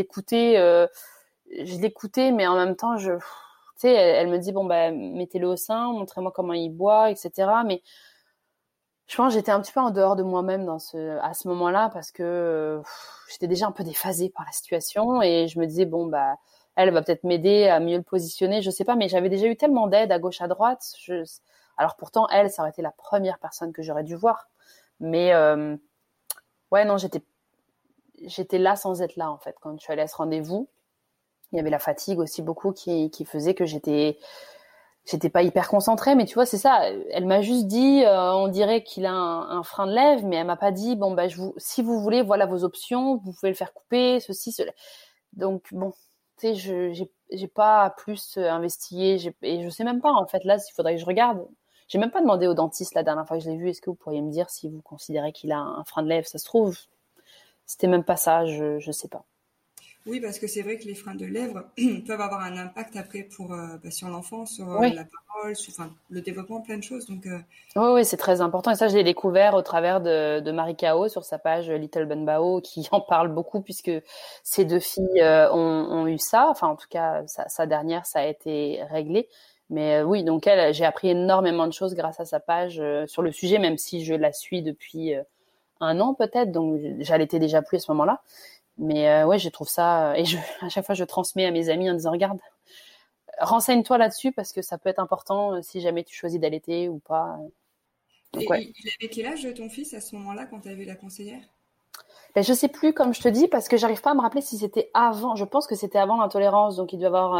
je l'écoutais, mais en même temps, tu sais, elle me dit, bon, bah, mettez-le au sein, montrez-moi comment il boit, etc. Mais je pense que j'étais un petit peu en dehors de moi-même à ce moment-là parce que j'étais déjà un peu déphasée par la situation et je me disais bon bah elle va peut-être m'aider à mieux le positionner, je sais pas, mais j'avais déjà eu tellement d'aide à gauche à droite. Alors pourtant elle, ça aurait été la première personne que j'aurais dû voir, mais ouais non j'étais là sans être là en fait quand je suis allée à ce rendez-vous. Il y avait la fatigue aussi beaucoup qui faisait que j'étais pas hyper concentrée, mais tu vois, c'est ça. Elle m'a juste dit, on dirait qu'il a un frein de lèvre, mais elle m'a pas dit, bon, bah, si vous voulez, voilà vos options, vous pouvez le faire couper, ceci, cela. Donc, bon, tu sais, j'ai pas plus investigué, et je sais même pas, en fait, là, s'il faudrait que je regarde. J'ai même pas demandé au dentiste la dernière fois que je l'ai vu, est-ce que vous pourriez me dire si vous considérez qu'il a un frein de lèvre? Ça se trouve, c'était même pas ça, je sais pas. Oui, parce que c'est vrai que les freins de lèvres peuvent avoir un impact après sur l'enfant, sur Oui. la parole, le développement, plein de choses. Donc, Oui, oui, c'est très important. Et ça, je l'ai découvert au travers de Marie Kao sur sa page Little Bunbao, qui en parle beaucoup puisque ces deux filles ont eu ça. Enfin, en tout cas, sa dernière, ça a été réglé. Mais oui, donc j'ai appris énormément de choses grâce à sa page sur le sujet, même si je la suis depuis un an peut-être. Donc, j'allaitais déjà plus à ce moment-là. Mais ouais, je trouve ça... à chaque fois, je transmets à mes amis en disant, regarde, renseigne-toi là-dessus parce que ça peut être important si jamais tu choisis d'allaiter ou pas. Donc ouais. et il avait quel âge ton fils à ce moment-là quand tu as vu la conseillère? Ben, je sais plus, comme je te dis, parce que j'arrive pas à me rappeler si c'était avant. Je pense que c'était avant l'intolérance, donc il devait avoir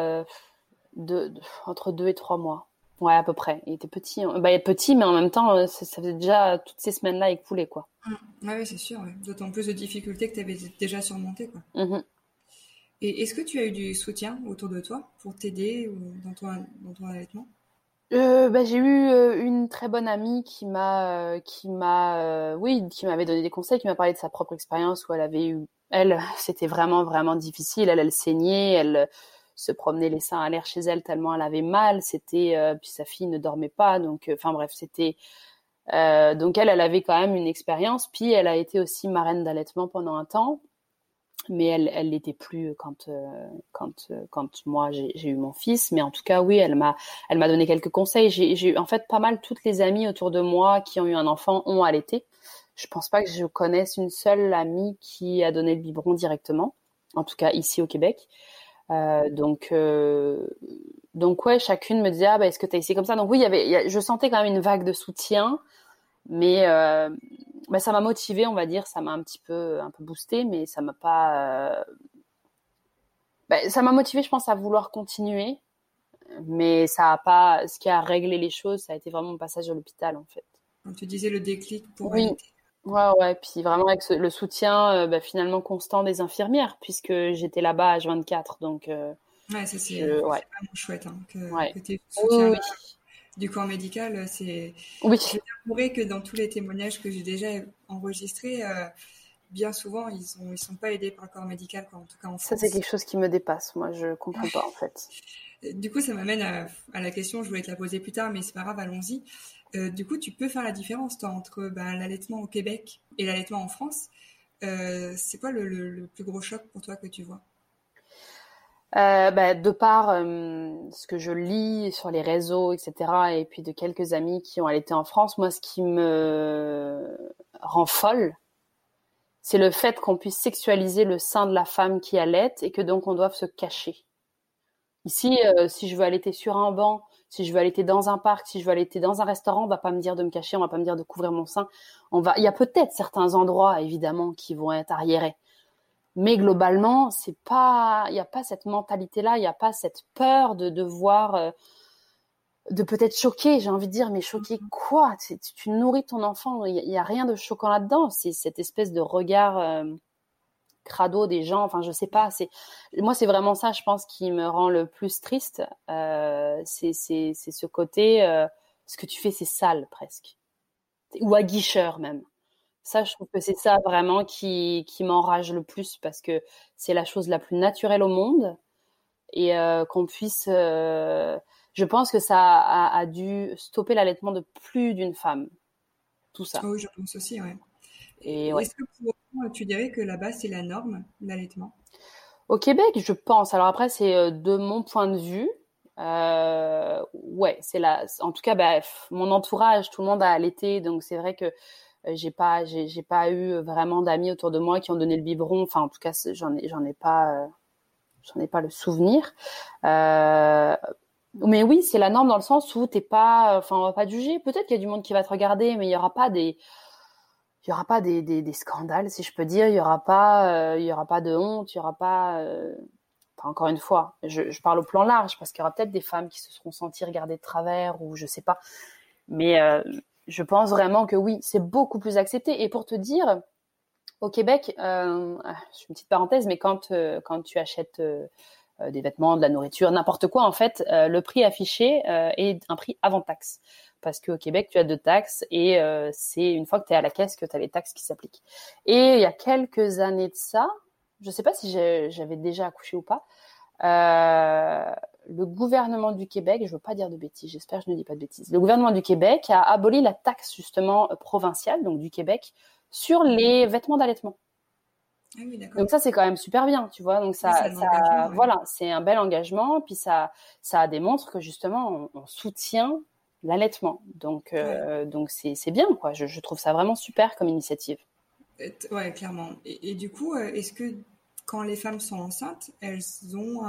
entre 2 et 3 mois. Ouais, à peu près. Il était petit. Bah, il est petit, mais en même temps, ça faisait déjà toutes ces semaines-là écoulées, quoi. Ouais, ouais, c'est sûr. Ouais. D'autant plus de difficultés que tu avais déjà surmontées, quoi. Mhm. Et est-ce que tu as eu du soutien autour de toi pour t'aider ou dans ton allaitement? J'ai eu une très bonne amie qui m'avait donné des conseils, qui m'a parlé de sa propre expérience où c'était vraiment, vraiment difficile. Elle saignait, elle se promenait les seins à l'air chez elle tellement elle avait mal. Puis sa fille ne dormait pas. Donc, enfin bref, donc elle avait quand même une expérience. Puis elle a été aussi marraine d'allaitement pendant un temps. Mais elle l'était plus quand moi j'ai eu mon fils. Mais en tout cas, oui, elle m'a donné quelques conseils. J'ai eu en fait pas mal toutes les amies autour de moi qui ont eu un enfant ont allaité. Je pense pas que je connaisse une seule amie qui a donné le biberon directement. En tout cas ici au Québec. Euh, donc euh, donc ouais, chacune me disait ah bah est-ce que t'as essayé comme ça. Donc oui, je sentais quand même une vague de soutien. Mais ça m'a motivée, on va dire, ça m'a un peu boosté, mais ça m'a pas. Ça m'a motivée, je pense, à vouloir continuer, mais ça a pas. Ce qui a réglé les choses, ça a été vraiment mon passage à l'hôpital, en fait. Quand tu disais le déclic pour Oui, allaiter. ouais, ouais. Puis vraiment avec le soutien, finalement constant des infirmières, puisque j'étais là-bas H24, donc Ouais, ça c'est ouais, vraiment chouette hein, ouais. que tu aies ce Oui, oui, soutien-là du corps médical. oui. Je t'avouerai que dans tous les témoignages que j'ai déjà enregistrés, bien souvent, ils sont pas aidés par le corps médical, quoi, en tout cas en Ça, c'est France. quelque chose qui me dépasse. Moi, je comprends pas, en fait. Du coup, ça m'amène à la question, je voulais te la poser plus tard, mais c'est pas grave, allons-y. Du coup, tu peux faire la différence, toi, entre l'allaitement au Québec et l'allaitement en France. C'est quoi le plus gros choc pour toi que tu vois? De par ce que je lis sur les réseaux, etc., et puis de quelques amis qui ont allaité en France, moi, ce qui me rend folle, c'est le fait qu'on puisse sexualiser le sein de la femme qui allaite et que donc on doive se cacher. Ici, si je veux allaiter sur un banc, si je veux allaiter dans un parc, si je veux allaiter dans un restaurant, on va pas me dire de me cacher, on va pas me dire de couvrir mon sein. Il y a peut-être certains endroits, évidemment, qui vont être arriérés. Mais globalement, il n'y a pas cette mentalité-là, il n'y a pas cette peur de devoir, de peut-être choquer, j'ai envie de dire, mais choquer quoi? Tu nourris ton enfant, il y a rien de choquant là-dedans. C'est cette espèce de regard crado des gens. Enfin, je sais pas. Moi, c'est vraiment ça, je pense, qui me rend le plus triste. C'est ce côté, ce que tu fais, c'est sale presque, ou aguicheur même. Ça, je trouve que c'est ça vraiment qui m'enrage le plus parce que c'est la chose la plus naturelle au monde et qu'on puisse. Je pense que ça a dû stopper l'allaitement de plus d'une femme, tout Ah ça. oui, je pense aussi, ouais. Et Et ouais. est-ce que pour autant, tu dirais que là-bas, c'est la norme, l'allaitement? Au Québec, je pense. Alors après, c'est de mon point de vue. Ouais, c'est là. En tout cas, bah, mon entourage, tout le monde a allaité, donc c'est vrai que j'ai pas eu vraiment d'amis autour de moi qui ont donné le biberon. Enfin, en tout cas, j'en ai pas le souvenir. Euh, mais oui, c'est la norme dans le sens où t'es pas, enfin, on va pas te juger. Peut-être qu'il y a du monde qui va te regarder, mais il y aura pas des scandales, si je peux dire. Il y aura pas de honte. Il y aura pas. Enfin, encore une fois, je parle au plan large parce qu'il y aura peut-être des femmes qui se seront senties regardées de travers ou je sais pas. Mais je pense vraiment que oui, c'est beaucoup plus accepté. Et pour te dire, au Québec, je fais une petite parenthèse, mais quand tu achètes des vêtements, de la nourriture, n'importe quoi, en fait, le prix affiché est un prix avant taxe. Parce qu'au Québec, tu as 2 taxes et c'est une fois que tu es à la caisse que tu as les taxes qui s'appliquent. Et il y a quelques années de ça, je ne sais pas si j'avais déjà accouché ou pas, le gouvernement du Québec, je ne veux pas dire de bêtises, j'espère que je ne dis pas de bêtises, le gouvernement du Québec a aboli la taxe justement provinciale, donc du Québec, sur les vêtements d'allaitement. Ah oui, d'accord. Donc ça, c'est quand même super bien, tu vois. Donc Oui, c'est un engagement, ouais. voilà, c'est un bel engagement, puis ça démontre que justement, on soutient l'allaitement. Ouais. Donc c'est bien, quoi. Je trouve ça vraiment super comme initiative. Ouais, clairement. Et du coup, est-ce que quand les femmes sont enceintes, elles ont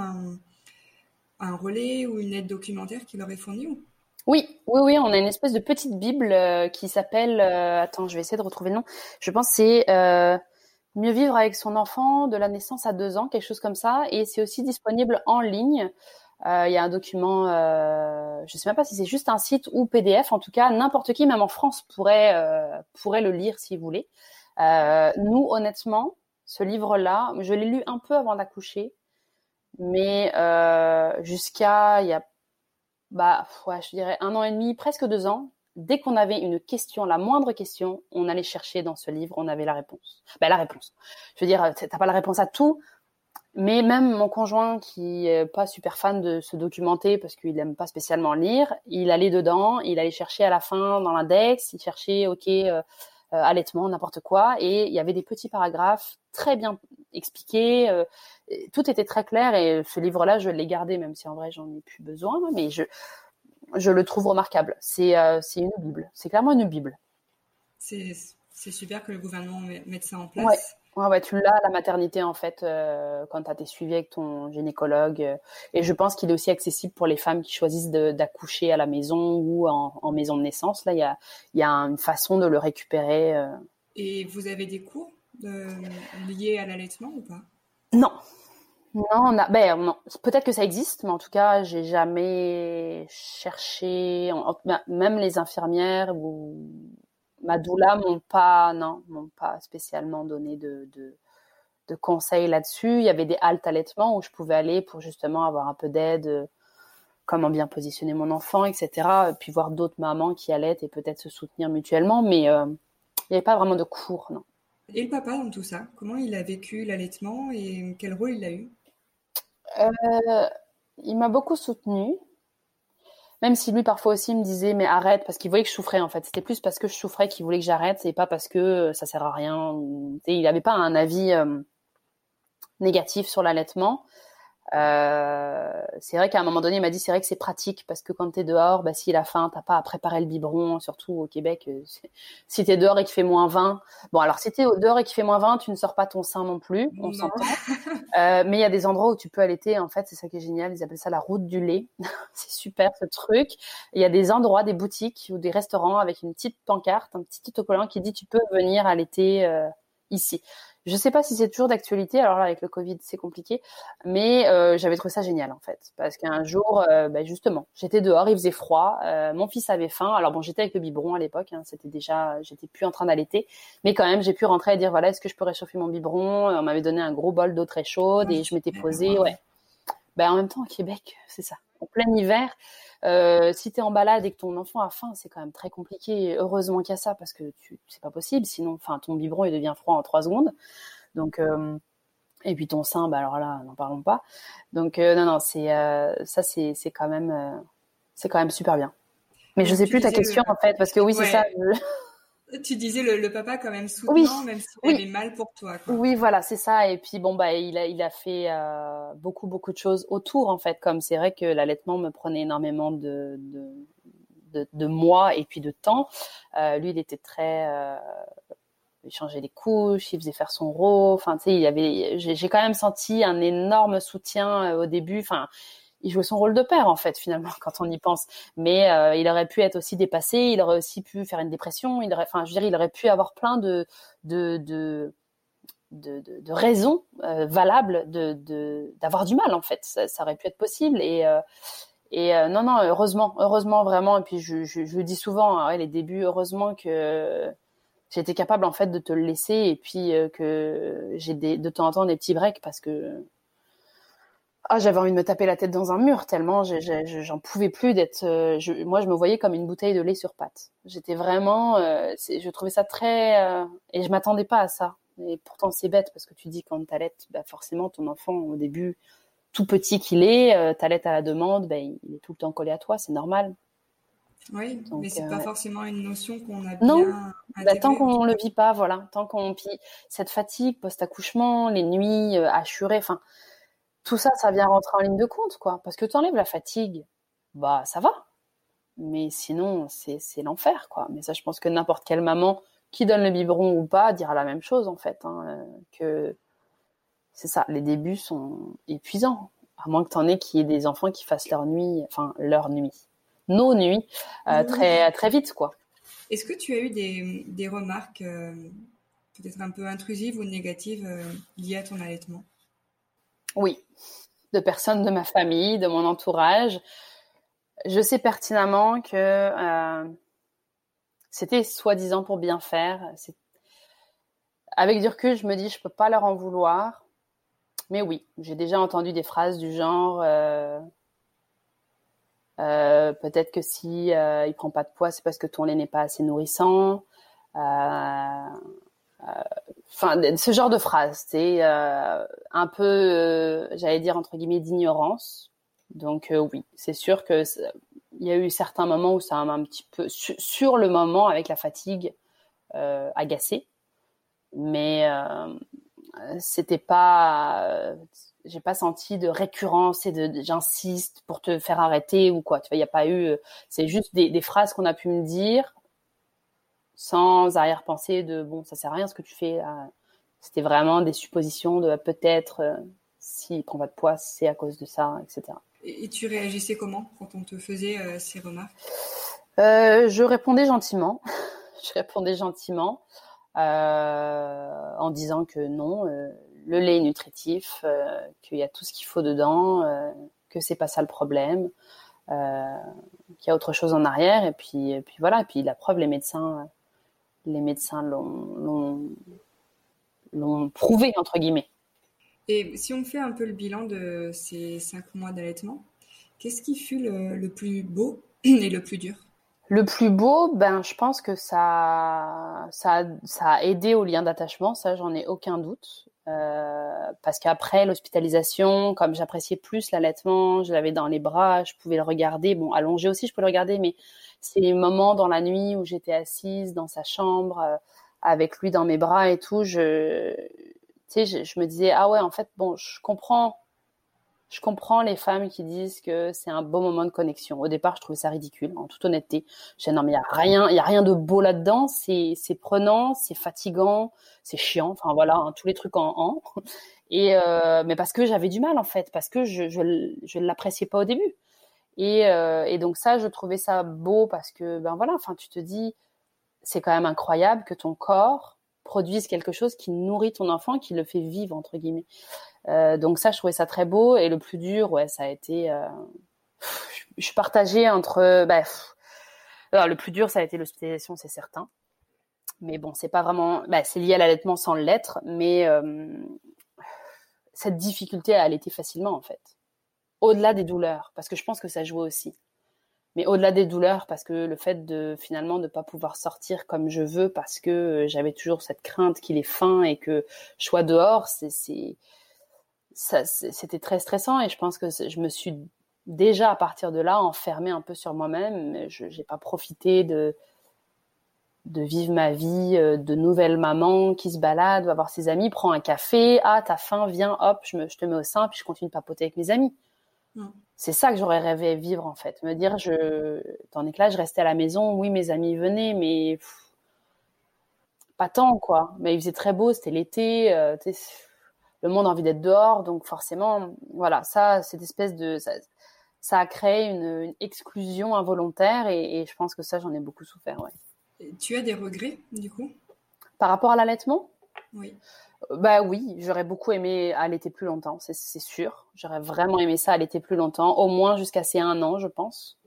un relais ou une aide documentaire qui leur est fournie ou... Oui, oui, oui, on a une espèce de petite bible qui s'appelle. Attends, je vais essayer de retrouver le nom. Je pense que c'est Mieux vivre avec son enfant de la naissance à 2 ans, quelque chose comme ça. Et c'est aussi disponible en ligne. Il y a un document, je sais même pas si c'est juste un site ou PDF. En tout cas, n'importe qui, même en France, pourrait le lire s'il voulait. Nous, honnêtement, ce livre-là, je l'ai lu un peu avant d'accoucher, mais jusqu'à il y a ouais, je dirais 1 an et demi, presque 2 ans. Dès qu'on avait une question, la moindre question, on allait chercher dans ce livre, on avait la réponse. La réponse. Je veux dire, t'as pas la réponse à tout, mais même mon conjoint, qui est pas super fan de se documenter parce qu'il aime pas spécialement lire, il allait dedans, il allait chercher à la fin dans l'index, il cherchait, allaitement, n'importe quoi, et il y avait des petits paragraphes très bien expliqués. Tout était très clair, et ce livre-là, je l'ai gardé, même si en vrai j'en ai plus besoin, mais je le trouve remarquable. C'est une bible, c'est clairement une bible. C'est c'est super que le gouvernement mette ça en Ouais. place. Ouais, tu l'as à la maternité en fait quand tu as tes suivis avec ton gynécologue. Et je pense qu'il est aussi accessible pour les femmes qui choisissent d'accoucher à la maison ou en maison de naissance. Là, il y a une façon de le récupérer. Et vous avez des cours liés à l'allaitement ou pas? Non, non, non. Peut-être que ça existe, mais en tout cas, j'ai jamais cherché. Même les infirmières ou ma doula m'ont pas spécialement donné de conseils là-dessus. Il y avait des haltes allaitement où je pouvais aller pour justement avoir un peu d'aide, comment bien positionner mon enfant, etc. Puis voir d'autres mamans qui allaitent et peut-être se soutenir mutuellement, mais il n'y avait pas vraiment de cours, non. Et le papa dans tout ça, comment il a vécu l'allaitement et quel rôle il a eu? Euh, il m'a beaucoup soutenue, même si lui parfois aussi me disait mais arrête, parce qu'il voyait que je souffrais en fait. C'était plus parce que je souffrais qu'il voulait que j'arrête, et pas parce que ça sert à rien. Il n'avait pas un avis négatif sur l'allaitement. C'est vrai qu'à un moment donné, il m'a dit c'est vrai que c'est pratique parce que quand t'es dehors, s'il a faim, t'as pas à préparer le biberon, surtout au Québec. Si t'es dehors et qu'il fait -20, bon alors si t'es dehors et qu'il fait -20, tu ne sors pas ton sein non plus, on Non. s'entend. Mais il y a des endroits où tu peux allaiter, en fait, c'est ça qui est génial, ils appellent ça la route du lait. C'est super ce truc. Il y a des endroits, des boutiques ou des restaurants avec une petite pancarte, un petit autocollant qui dit tu peux venir allaiter ici. Je sais pas si c'est toujours d'actualité, alors là avec le Covid c'est compliqué, mais j'avais trouvé ça génial en fait, parce qu'un jour, justement, j'étais dehors, il faisait froid, mon fils avait faim, alors bon j'étais avec le biberon à l'époque, hein, c'était déjà, j'étais plus en train d'allaiter, mais quand même j'ai pu rentrer et dire voilà est-ce que je peux réchauffer mon biberon, on m'avait donné un gros bol d'eau très chaude Ah, et je m'étais super, posée, wow. ouais. Ben, en même temps, à Québec, c'est ça. En plein hiver, si tu es en balade et que ton enfant a faim, c'est quand même très compliqué. Heureusement qu'il y a ça, parce que c'est pas possible. Sinon, enfin, ton biberon, il devient froid en 3 secondes. Donc, et puis ton sein, bah alors là, n'en parlons pas. Donc, non, ça, c'est quand même super bien. Mais je Donc sais tu plus ta disais question, en fait, parce que oui, c'est ça. ouais, tu disais le papa quand même Oui, soutenant, même s'il oui, avait mal pour toi, quoi. oui, voilà, c'est ça. Et puis bon, bah, il a fait beaucoup, beaucoup de choses autour, en fait. Comme c'est vrai que l'allaitement me prenait énormément de mois et puis de temps. Lui, il était très, il changeait les couches, il faisait faire son rôle. Enfin, tu sais, j'ai quand même senti un énorme soutien au début. Enfin, il jouait son rôle de père, en fait, finalement, quand on y pense. Mais il aurait pu être aussi dépassé. Il aurait aussi pu faire une dépression. Enfin, je veux dire, il aurait pu avoir plein de, de de raisons valables d'avoir du mal, en fait. Ça aurait pu être possible. Non, non, heureusement vraiment. Et puis je le dis souvent, hein, ouais, les débuts, heureusement que j'ai été capable, en fait, de te le laisser, et puis que j'ai de temps en temps des petits breaks, parce que j'avais envie de me taper la tête dans un mur tellement j'en pouvais plus d'être. Moi, je me voyais comme une bouteille de lait sur pattes. J'étais vraiment. Je trouvais ça très. Et je m'attendais pas à ça. Et pourtant, c'est bête, parce que tu dis, quand t'allaites, bah forcément, ton enfant, au début, tout petit qu'il est, t'allaites à la demande, bah, il est tout le temps collé à toi, c'est normal. Oui, mais Donc, c'est pas forcément une notion qu'on a non, bien bah, tant intégrée, en tout qu'on le cas. vit pas, voilà. Puis cette fatigue post-accouchement, les nuits hachurées, enfin, tout ça, ça vient rentrer en ligne de compte, quoi. Parce que tu enlèves la fatigue, bah ça va. Mais sinon, c'est l'enfer, quoi. Mais ça, je pense que n'importe quelle maman qui donne le biberon ou pas dira la même chose, en fait, hein, que c'est ça, les débuts sont épuisants. À moins que t'en aies qui aient des enfants qui fassent leur nuit, nos nuits, Oui. très, très vite, quoi. Est-ce que tu as eu des remarques peut-être un peu intrusives ou négatives liées à ton allaitement? Oui, de personnes de ma famille, de mon entourage. Je sais pertinemment que c'était soi-disant pour bien faire. Avec du recul, je me dis, je peux pas leur en vouloir. Mais oui, j'ai déjà entendu des phrases du genre peut-être que si il prend pas de poids, c'est parce que ton lait n'est pas assez nourrissant. Enfin, ce genre de phrases, c'est un peu, j'allais dire entre guillemets, d'ignorance. Donc oui, c'est sûr que il y a eu certains moments où ça m'a un petit peu, sur le moment, avec la fatigue, agacé. Mais c'était pas, j'ai pas senti de récurrence et j'insiste pour te faire arrêter ou quoi. Tu vois, il y a pas eu. C'est juste des phrases qu'on a pu me dire sans arrière-pensée de bon, ça sert à rien ce que tu fais. C'était vraiment des suppositions de peut-être s'il prend pas de poids, c'est à cause de ça, etc. Et tu réagissais comment quand on te faisait ces remarques? Je répondais gentiment. Je répondais gentiment en disant que non, le lait est nutritif, qu'il y a tout ce qu'il faut dedans, que c'est pas ça le problème, qu'il y a autre chose en arrière. Et puis voilà. Et puis la preuve, les médecins l'ont prouvé, entre guillemets. Et si on fait un peu le bilan de ces 5 mois d'allaitement, qu'est-ce qui fut le plus beau et le plus dur? Le plus beau, ben, je pense que ça a aidé au lien d'attachement, ça, j'en ai aucun doute. Parce qu'après l'hospitalisation, comme j'appréciais plus l'allaitement, je l'avais dans les bras, je pouvais le regarder. Bon, allongé aussi, je peux le regarder, mais c'est les moments dans la nuit où j'étais assise dans sa chambre, avec lui dans mes bras et tout, tu sais, je me disais, ah ouais, en fait, bon, je comprends les femmes qui disent que c'est un beau moment de connexion. Au départ, je trouvais ça ridicule, en toute honnêteté. Je disais, non, mais il y a rien de beau là-dedans. C'est prenant, c'est fatigant, c'est chiant. Enfin, voilà, hein, tous les trucs en. Mais parce que j'avais du mal, en fait, parce que je l'appréciais pas au début. Et donc ça, je trouvais ça beau parce que, ben voilà, enfin, tu te dis, c'est quand même incroyable que ton corps produise quelque chose qui nourrit ton enfant, qui le fait vivre, entre guillemets. Donc ça, je trouvais ça très beau. Et le plus dur, ouais, ça a été. Je suis partagée entre. Alors, le plus dur, ça a été l'hospitalisation, c'est certain. Mais bon, c'est pas vraiment. C'est lié à l'allaitement sans l'être, mais cette difficulté à allaiter facilement, en fait. au-delà des douleurs, parce que je pense que ça jouait aussi. Mais au-delà des douleurs, parce que le fait de finalement de pas pouvoir sortir comme je veux, parce que j'avais toujours cette crainte qu'il ait faim et que je sois dehors, c'était très stressant. Et je pense que je me suis déjà à partir de là enfermée un peu sur moi-même. Je n'ai pas profité de vivre ma vie de nouvelle maman qui se balade, va voir ses amis, prend un café, ah t'as faim, viens, hop, je te mets au sein, puis je continue de papoter avec mes amis. C'est ça que j'aurais rêvé vivre en fait, me dire tandis que là je restais à la maison, oui mes amis venaient, mais pas tant quoi. Mais il faisait très beau, c'était l'été, le monde a envie d'être dehors, donc forcément, voilà, cette espèce de ça a créé une exclusion involontaire et je pense que ça j'en ai beaucoup souffert, ouais. Et tu as des regrets du coup? Par rapport à l'allaitement? Oui. Bah oui, j'aurais beaucoup aimé allaiter plus longtemps, c'est sûr. J'aurais vraiment aimé ça allaiter plus longtemps, au moins jusqu'à ces 1 an, je pense.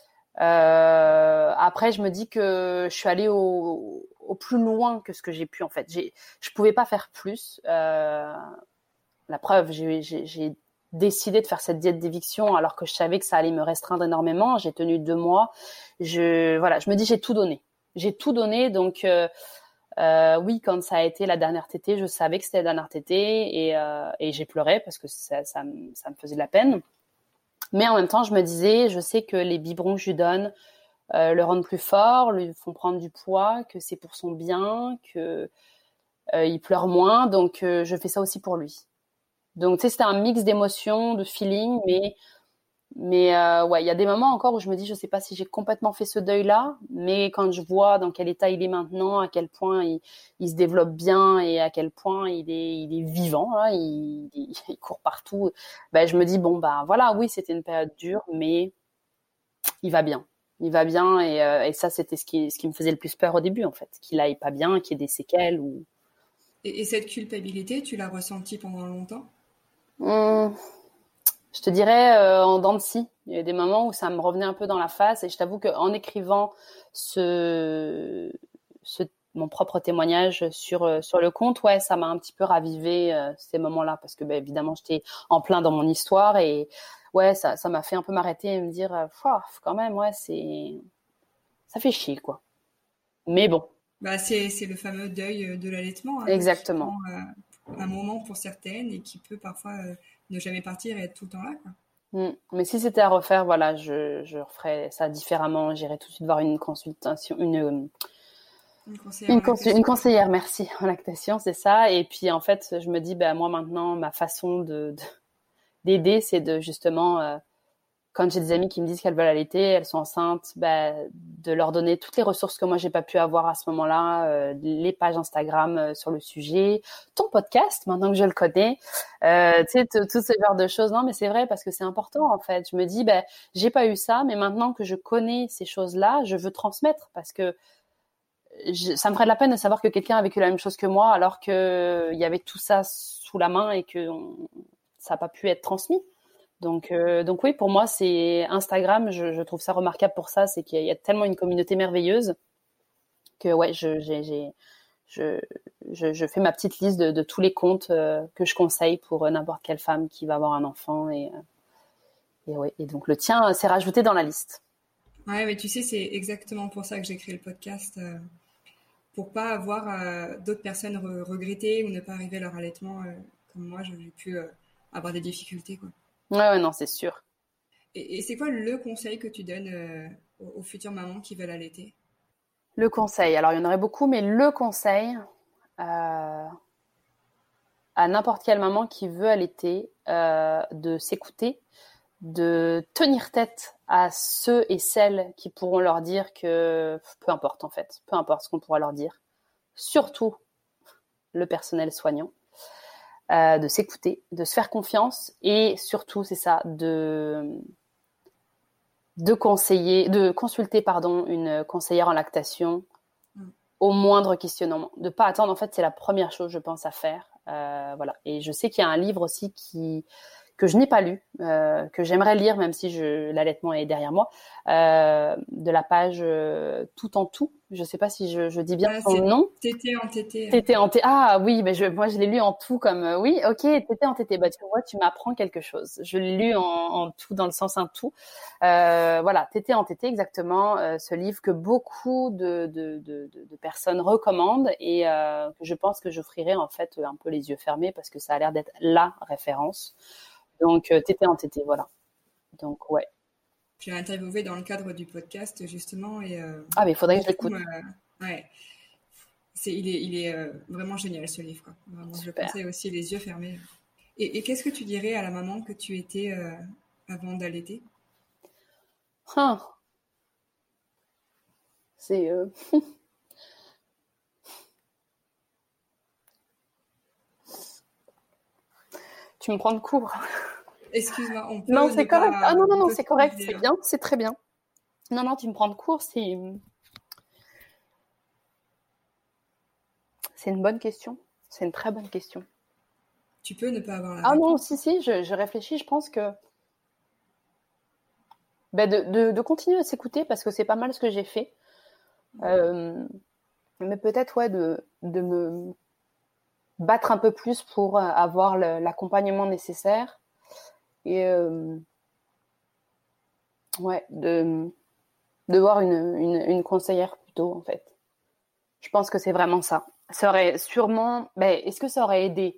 Après, je me dis que je suis allée au plus loin que ce que j'ai pu en fait. Je pouvais pas faire plus. La preuve, j'ai décidé de faire cette diète d'éviction alors que je savais que ça allait me restreindre énormément. J'ai tenu 2 mois. Voilà, je me dis j'ai tout donné. J'ai tout donné, donc oui, quand ça a été la dernière tétée, je savais que c'était la dernière tétée et j'ai pleuré parce que ça me faisait de la peine. Mais en même temps, je me disais, je sais que les biberons que je lui donne le rendent plus fort, lui font prendre du poids, que c'est pour son bien, que il pleure moins, donc je fais ça aussi pour lui. Donc tu sais, c'était un mix d'émotions, de feeling, mais ouais, il y a des moments encore où je me dis, je sais pas si j'ai complètement fait ce deuil-là, mais quand je vois dans quel état il est maintenant, à quel point il se développe bien et à quel point il est vivant, là, il court partout, ben je me dis bon ben voilà, oui, c'était une période dure, mais il va bien. Il va bien et ça c'était ce qui me faisait le plus peur au début en fait, qu'il aille pas bien, qu'il y ait des séquelles ou. Et cette culpabilité, tu l'as ressentie pendant longtemps? Je te dirais en dents de scie. Il y a des moments où ça me revenait un peu dans la face et je t'avoue qu'en écrivant mon propre témoignage sur le compte, ouais, ça m'a un petit peu ravivé ces moments-là parce que évidemment j'étais en plein dans mon histoire et ouais, ça m'a fait un peu m'arrêter et me dire quand même ouais, ça fait chier quoi. Mais bon. Bah c'est le fameux deuil de l'allaitement hein, qui Exactement. prend un moment pour certaines et qui peut parfois ne jamais partir et être tout le temps là quoi. Mais si c'était à refaire, voilà, je referais ça différemment. J'irais tout de suite voir une consultation, une conseillère en lactation. Une conseillère, merci, en lactation, c'est ça. Et puis en fait, je me dis, moi maintenant, ma façon d'aider, c'est de justement, quand j'ai des amies qui me disent qu'elles veulent allaiter, elles sont enceintes, de leur donner toutes les ressources que moi j'ai pas pu avoir à ce moment-là, les pages Instagram sur le sujet, ton podcast maintenant que je le connais, tu sais tout ce genre de choses. Non, mais c'est vrai parce que c'est important en fait. Je me dis, j'ai pas eu ça, mais maintenant que je connais ces choses-là, je veux transmettre parce que ça me ferait de la peine de savoir que quelqu'un a vécu la même chose que moi alors que il y avait tout ça sous la main et que ça n'a pas pu être transmis. Donc oui, pour moi, c'est Instagram. Je trouve ça remarquable pour ça, c'est qu'il y a tellement une communauté merveilleuse que ouais, je fais ma petite liste de tous les comptes que je conseille pour n'importe quelle femme qui va avoir un enfant et ouais. Et donc le tien s'est rajouté dans la liste. Ouais, mais tu sais, c'est exactement pour ça que j'ai créé le podcast, pour pas avoir d'autres personnes regretter ou ne pas arriver à leur allaitement comme moi, j'ai pu avoir des difficultés quoi. Ouais, non, c'est sûr. Et c'est quoi le conseil que tu donnes aux futures mamans qui veulent allaiter? Le conseil, alors il y en aurait beaucoup, mais le conseil à n'importe quelle maman qui veut allaiter, de s'écouter, de tenir tête à ceux et celles qui pourront leur dire que peu importe en fait, peu importe ce qu'on pourra leur dire, surtout le personnel soignant, de s'écouter, de se faire confiance et surtout c'est ça, de consulter une conseillère en lactation au moindre questionnement, de pas attendre. En fait, c'est la première chose je pense à faire. Voilà. Et je sais qu'il y a un livre aussi qui que je n'ai pas lu, que j'aimerais lire, même si l'allaitement est derrière moi, de la page Tout en tout. Je ne sais pas si je dis bien son nom. Tété en tété. Tété en tété. Ah oui, mais moi je l'ai lu en tout comme oui, ok, Tété en tété. Bah tu vois, tu m'apprends quelque chose. Je l'ai lu en tout dans le sens un tout. Voilà, Tété en tété exactement. Ce livre que beaucoup de personnes recommandent et que je pense que j'offrirai en fait un peu les yeux fermés parce que ça a l'air d'être la référence. Donc Tété en tété, voilà. Donc ouais. Je l'ai interviewé dans le cadre du podcast justement et ah mais il faudrait que je l'écoute. Ouais. Il est vraiment génial ce livre, quoi. Vraiment, je le conseille aussi les yeux fermés. Et qu'est-ce que tu dirais à la maman que tu étais avant d'allaiter? C'est tu me prends de court. Excuse-moi, on peut. Non, c'est correct. Ah non, c'est correct, c'est bien, c'est très bien. Non, tu me prends de court, c'est une bonne question. C'est une très bonne question. Tu peux ne pas avoir la réponse. Non, si, je réfléchis, je pense que de continuer à s'écouter parce que c'est pas mal ce que j'ai fait. Mais peut-être, ouais, de me battre un peu plus pour avoir l'accompagnement nécessaire et ouais, de voir une conseillère plutôt, en fait. Je pense que c'est vraiment ça. Ça aurait sûrement... est-ce que ça aurait aidé?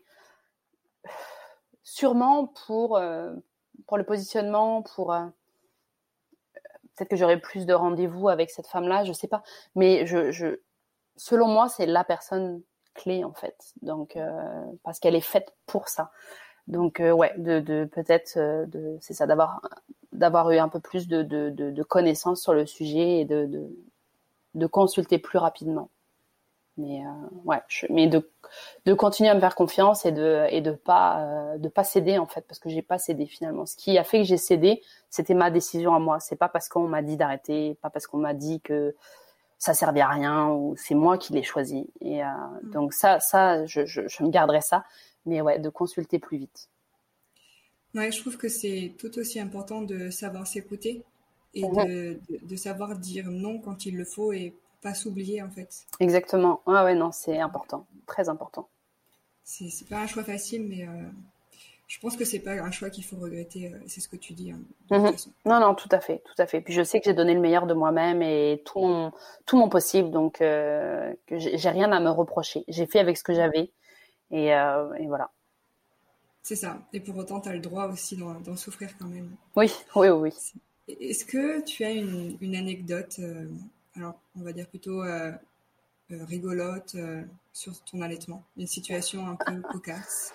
Sûrement pour le positionnement, pour... peut-être que j'aurais plus de rendez-vous avec cette femme-là, je sais pas. Mais selon moi, c'est la personne clé, en fait. Donc, parce qu'elle est faite pour ça. Donc, ouais, peut-être, c'est ça, d'avoir eu un peu plus de connaissances sur le sujet et de consulter plus rapidement. Mais ouais, mais de continuer à me faire confiance et de pas céder en fait, parce que j'ai pas cédé finalement. Ce qui a fait que j'ai cédé, c'était ma décision à moi. C'est pas parce qu'on m'a dit d'arrêter, pas parce qu'on m'a dit que ça servait à rien, ou c'est moi qui l'ai choisi. Et donc ça, je me garderai ça. Mais ouais, de consulter plus vite. Ouais, je trouve que c'est tout aussi important de savoir s'écouter et de savoir dire non quand il le faut et pas s'oublier en fait. Exactement. Ouais, non, c'est important, très important. C'est pas un choix facile, mais je pense que c'est pas un choix qu'il faut regretter. C'est ce que tu dis. De toute façon. Non, tout à fait. Puis je sais que j'ai donné le meilleur de moi-même et tout mon possible, donc que j'ai rien à me reprocher. J'ai fait avec ce que j'avais et voilà. C'est ça. Et pour autant, tu as le droit aussi d'en souffrir quand même. Oui. Est-ce que tu as une anecdote, alors on va dire plutôt rigolote, sur ton allaitement? Une situation un peu cocasse?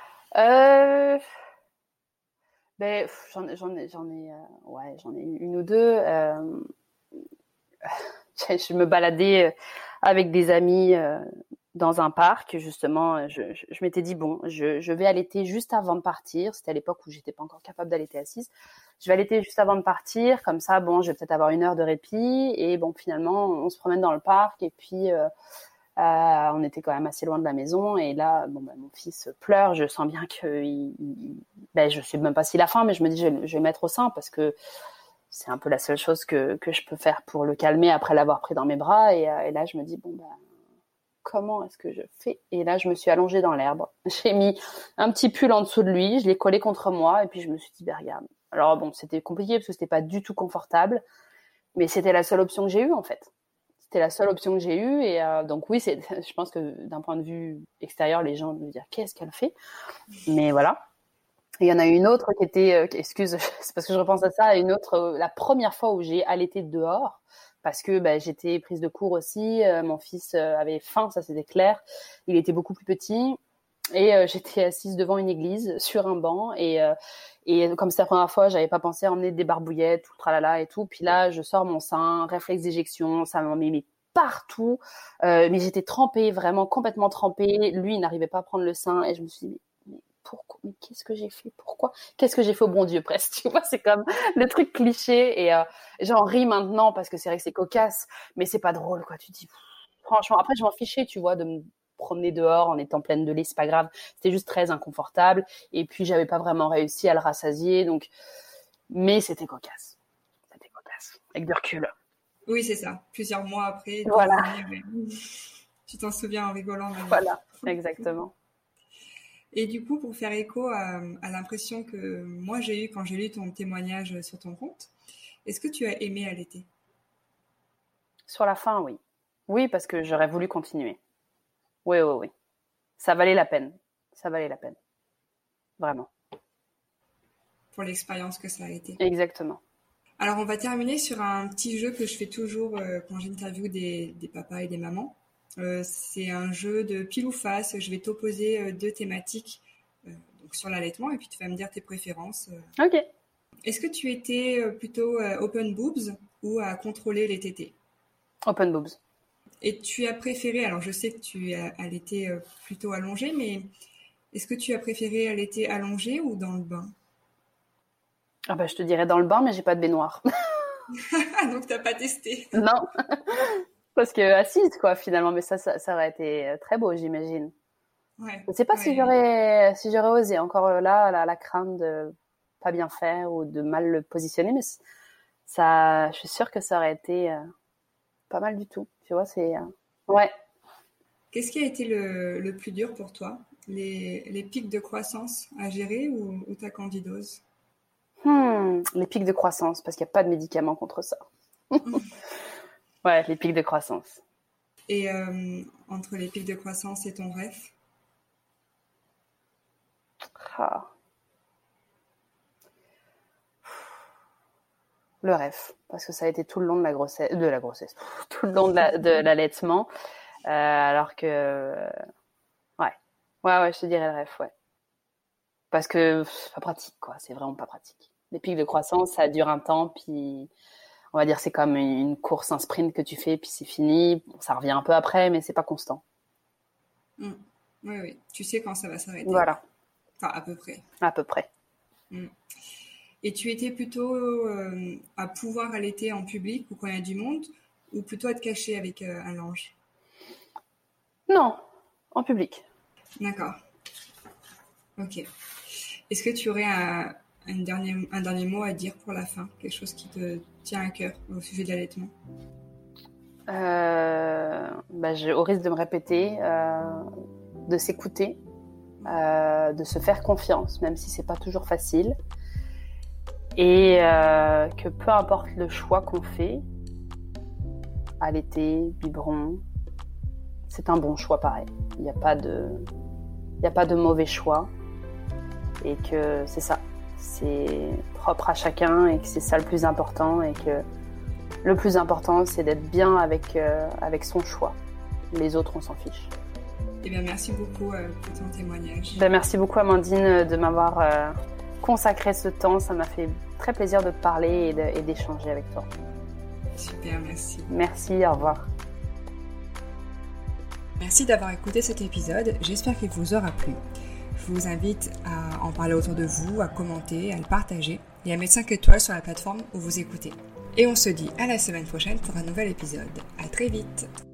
J'en ai une ou deux. Je me baladais avec des amis dans un parc, justement. Je m'étais dit, bon, je vais allaiter juste avant de partir. C'était à l'époque où j'étais pas encore capable d'allaiter assise. Je vais allaiter juste avant de partir, comme ça, bon, je vais peut-être avoir 1 heure de répit. Et bon, finalement, on se promène dans le parc et puis on était quand même assez loin de la maison. Et là, mon fils pleure. Je sens bien que je sais même pas s'il a faim, mais je me dis, je vais le mettre au sein parce que c'est un peu la seule chose que je peux faire pour le calmer après l'avoir pris dans mes bras. Et là, je me dis, comment est-ce que je fais? Et là, je me suis allongée dans l'herbe. J'ai mis un petit pull en dessous de lui, je l'ai collé contre moi, et puis je me suis dit, regarde. Alors bon, c'était compliqué parce que c'était pas du tout confortable, mais c'était la seule option que j'ai eue, en fait. C'était la seule option que j'ai eue, et donc oui, je pense que d'un point de vue extérieur, les gens vont me dire, qu'est-ce qu'elle fait? Mais voilà. Et il y en a une autre qui était, excuse, c'est parce que je repense à ça, une autre, la première fois où j'ai allaité dehors, parce que j'étais prise de cours aussi, mon fils avait faim, ça c'était clair, il était beaucoup plus petit, et j'étais assise devant une église sur un banc, et comme c'est la première fois, j'avais pas pensé à emmener des barbouillettes, tout tralala et tout, puis là je sors mon sein, réflexe d'éjection, ça m'a mis partout, mais j'étais trempée, vraiment complètement trempée, lui il n'arrivait pas à prendre le sein, et je me suis dit, pourquoi? Mais qu'est-ce que j'ai fait? Pourquoi? Qu'est-ce que j'ai fait au bon Dieu, presque? Tu vois, c'est comme le truc cliché, et j'en ris maintenant parce que c'est vrai que c'est cocasse, mais c'est pas drôle, quoi. Tu te dis, franchement, après je m'en fichais, tu vois, promener dehors en étant pleine de lait, c'est pas grave. C'était juste très inconfortable. Et puis, j'avais pas vraiment réussi à le rassasier. Donc, mais c'était cocasse. C'était cocasse. Avec du recul. Oui, c'est ça. Plusieurs mois après, Voilà. Tu t'en souviens en rigolant. Voilà, exactement. Et du coup, pour faire écho à l'impression que moi j'ai eue quand j'ai lu ton témoignage sur ton compte, est-ce que tu as aimé allaiter? Sur la fin, oui. Oui, parce que j'aurais voulu continuer. Oui, oui, oui. Ça valait la peine. Ça valait la peine. Vraiment. Pour l'expérience que ça a été. Exactement. Alors, on va terminer sur un petit jeu que je fais toujours quand j'interviewe des papas et des mamans. C'est un jeu de pile ou face. Je vais t'opposer 2 thématiques donc sur l'allaitement et puis tu vas me dire tes préférences. Ok. Est-ce que tu étais plutôt open boobs ou à contrôler les tétés? Open boobs. Et tu as préféré, alors je sais que tu as allaité plutôt allongé, mais est-ce que tu as préféré allaiter allongé ou dans le bain? Ah bah, je te dirais dans le bain, mais j'ai pas de baignoire. Donc t'as pas testé? Non. Parce que assise, quoi, finalement. Mais ça aurait été très beau, j'imagine. Ouais. Je sais pas si j'aurais osé. Encore là, la crainte de pas bien faire ou de mal le positionner, mais ça, je suis sûre que ça aurait été pas mal du tout. Tu vois, c'est ouais. Qu'est-ce qui a été le plus dur pour toi? Les pics de croissance à gérer ou ta candidose? Les pics de croissance, parce qu'il n'y a pas de médicaments contre ça. Ouais, les pics de croissance. Et entre les pics de croissance et ton rêve? Ah. Le rêve, parce que ça a été tout le long de la grossesse, tout le long de l'allaitement, alors que, ouais, je te dirais le rêve, ouais, parce que c'est pas pratique, quoi, c'est vraiment pas pratique. Les pics de croissance, ça dure un temps, puis on va dire c'est comme une course, un sprint que tu fais, puis c'est fini, ça revient un peu après, mais c'est pas constant. Oui, tu sais quand ça va s'arrêter. Voilà. Enfin, à peu près. À peu près. Et tu étais plutôt à pouvoir allaiter en public ou quand il y a du monde, ou plutôt à te cacher avec un linge? Non, en public. D'accord. Ok. Est-ce que tu aurais un dernier mot à dire pour la fin? Quelque chose qui te tient à cœur au sujet de l'allaitement? Au risque de me répéter, de s'écouter, de se faire confiance, même si c'est pas toujours facile. Et que peu importe le choix qu'on fait, allaiter, biberon, c'est un bon choix pareil. Il n'y a pas de mauvais choix. Et que c'est ça. C'est propre à chacun et que c'est ça le plus important. Et que le plus important, c'est d'être bien avec son choix. Les autres, on s'en fiche. Eh bien, merci beaucoup pour ton témoignage. Merci beaucoup, Amandine, de m'avoir consacré ce temps. Ça m'a fait très plaisir de te parler et d'échanger avec toi. Super, merci. Merci, au revoir. Merci d'avoir écouté cet épisode. J'espère qu'il vous aura plu. Je vous invite à en parler autour de vous, à commenter, à le partager et à mettre 5 étoiles sur la plateforme où vous écoutez. Et on se dit à la semaine prochaine pour un nouvel épisode. À très vite!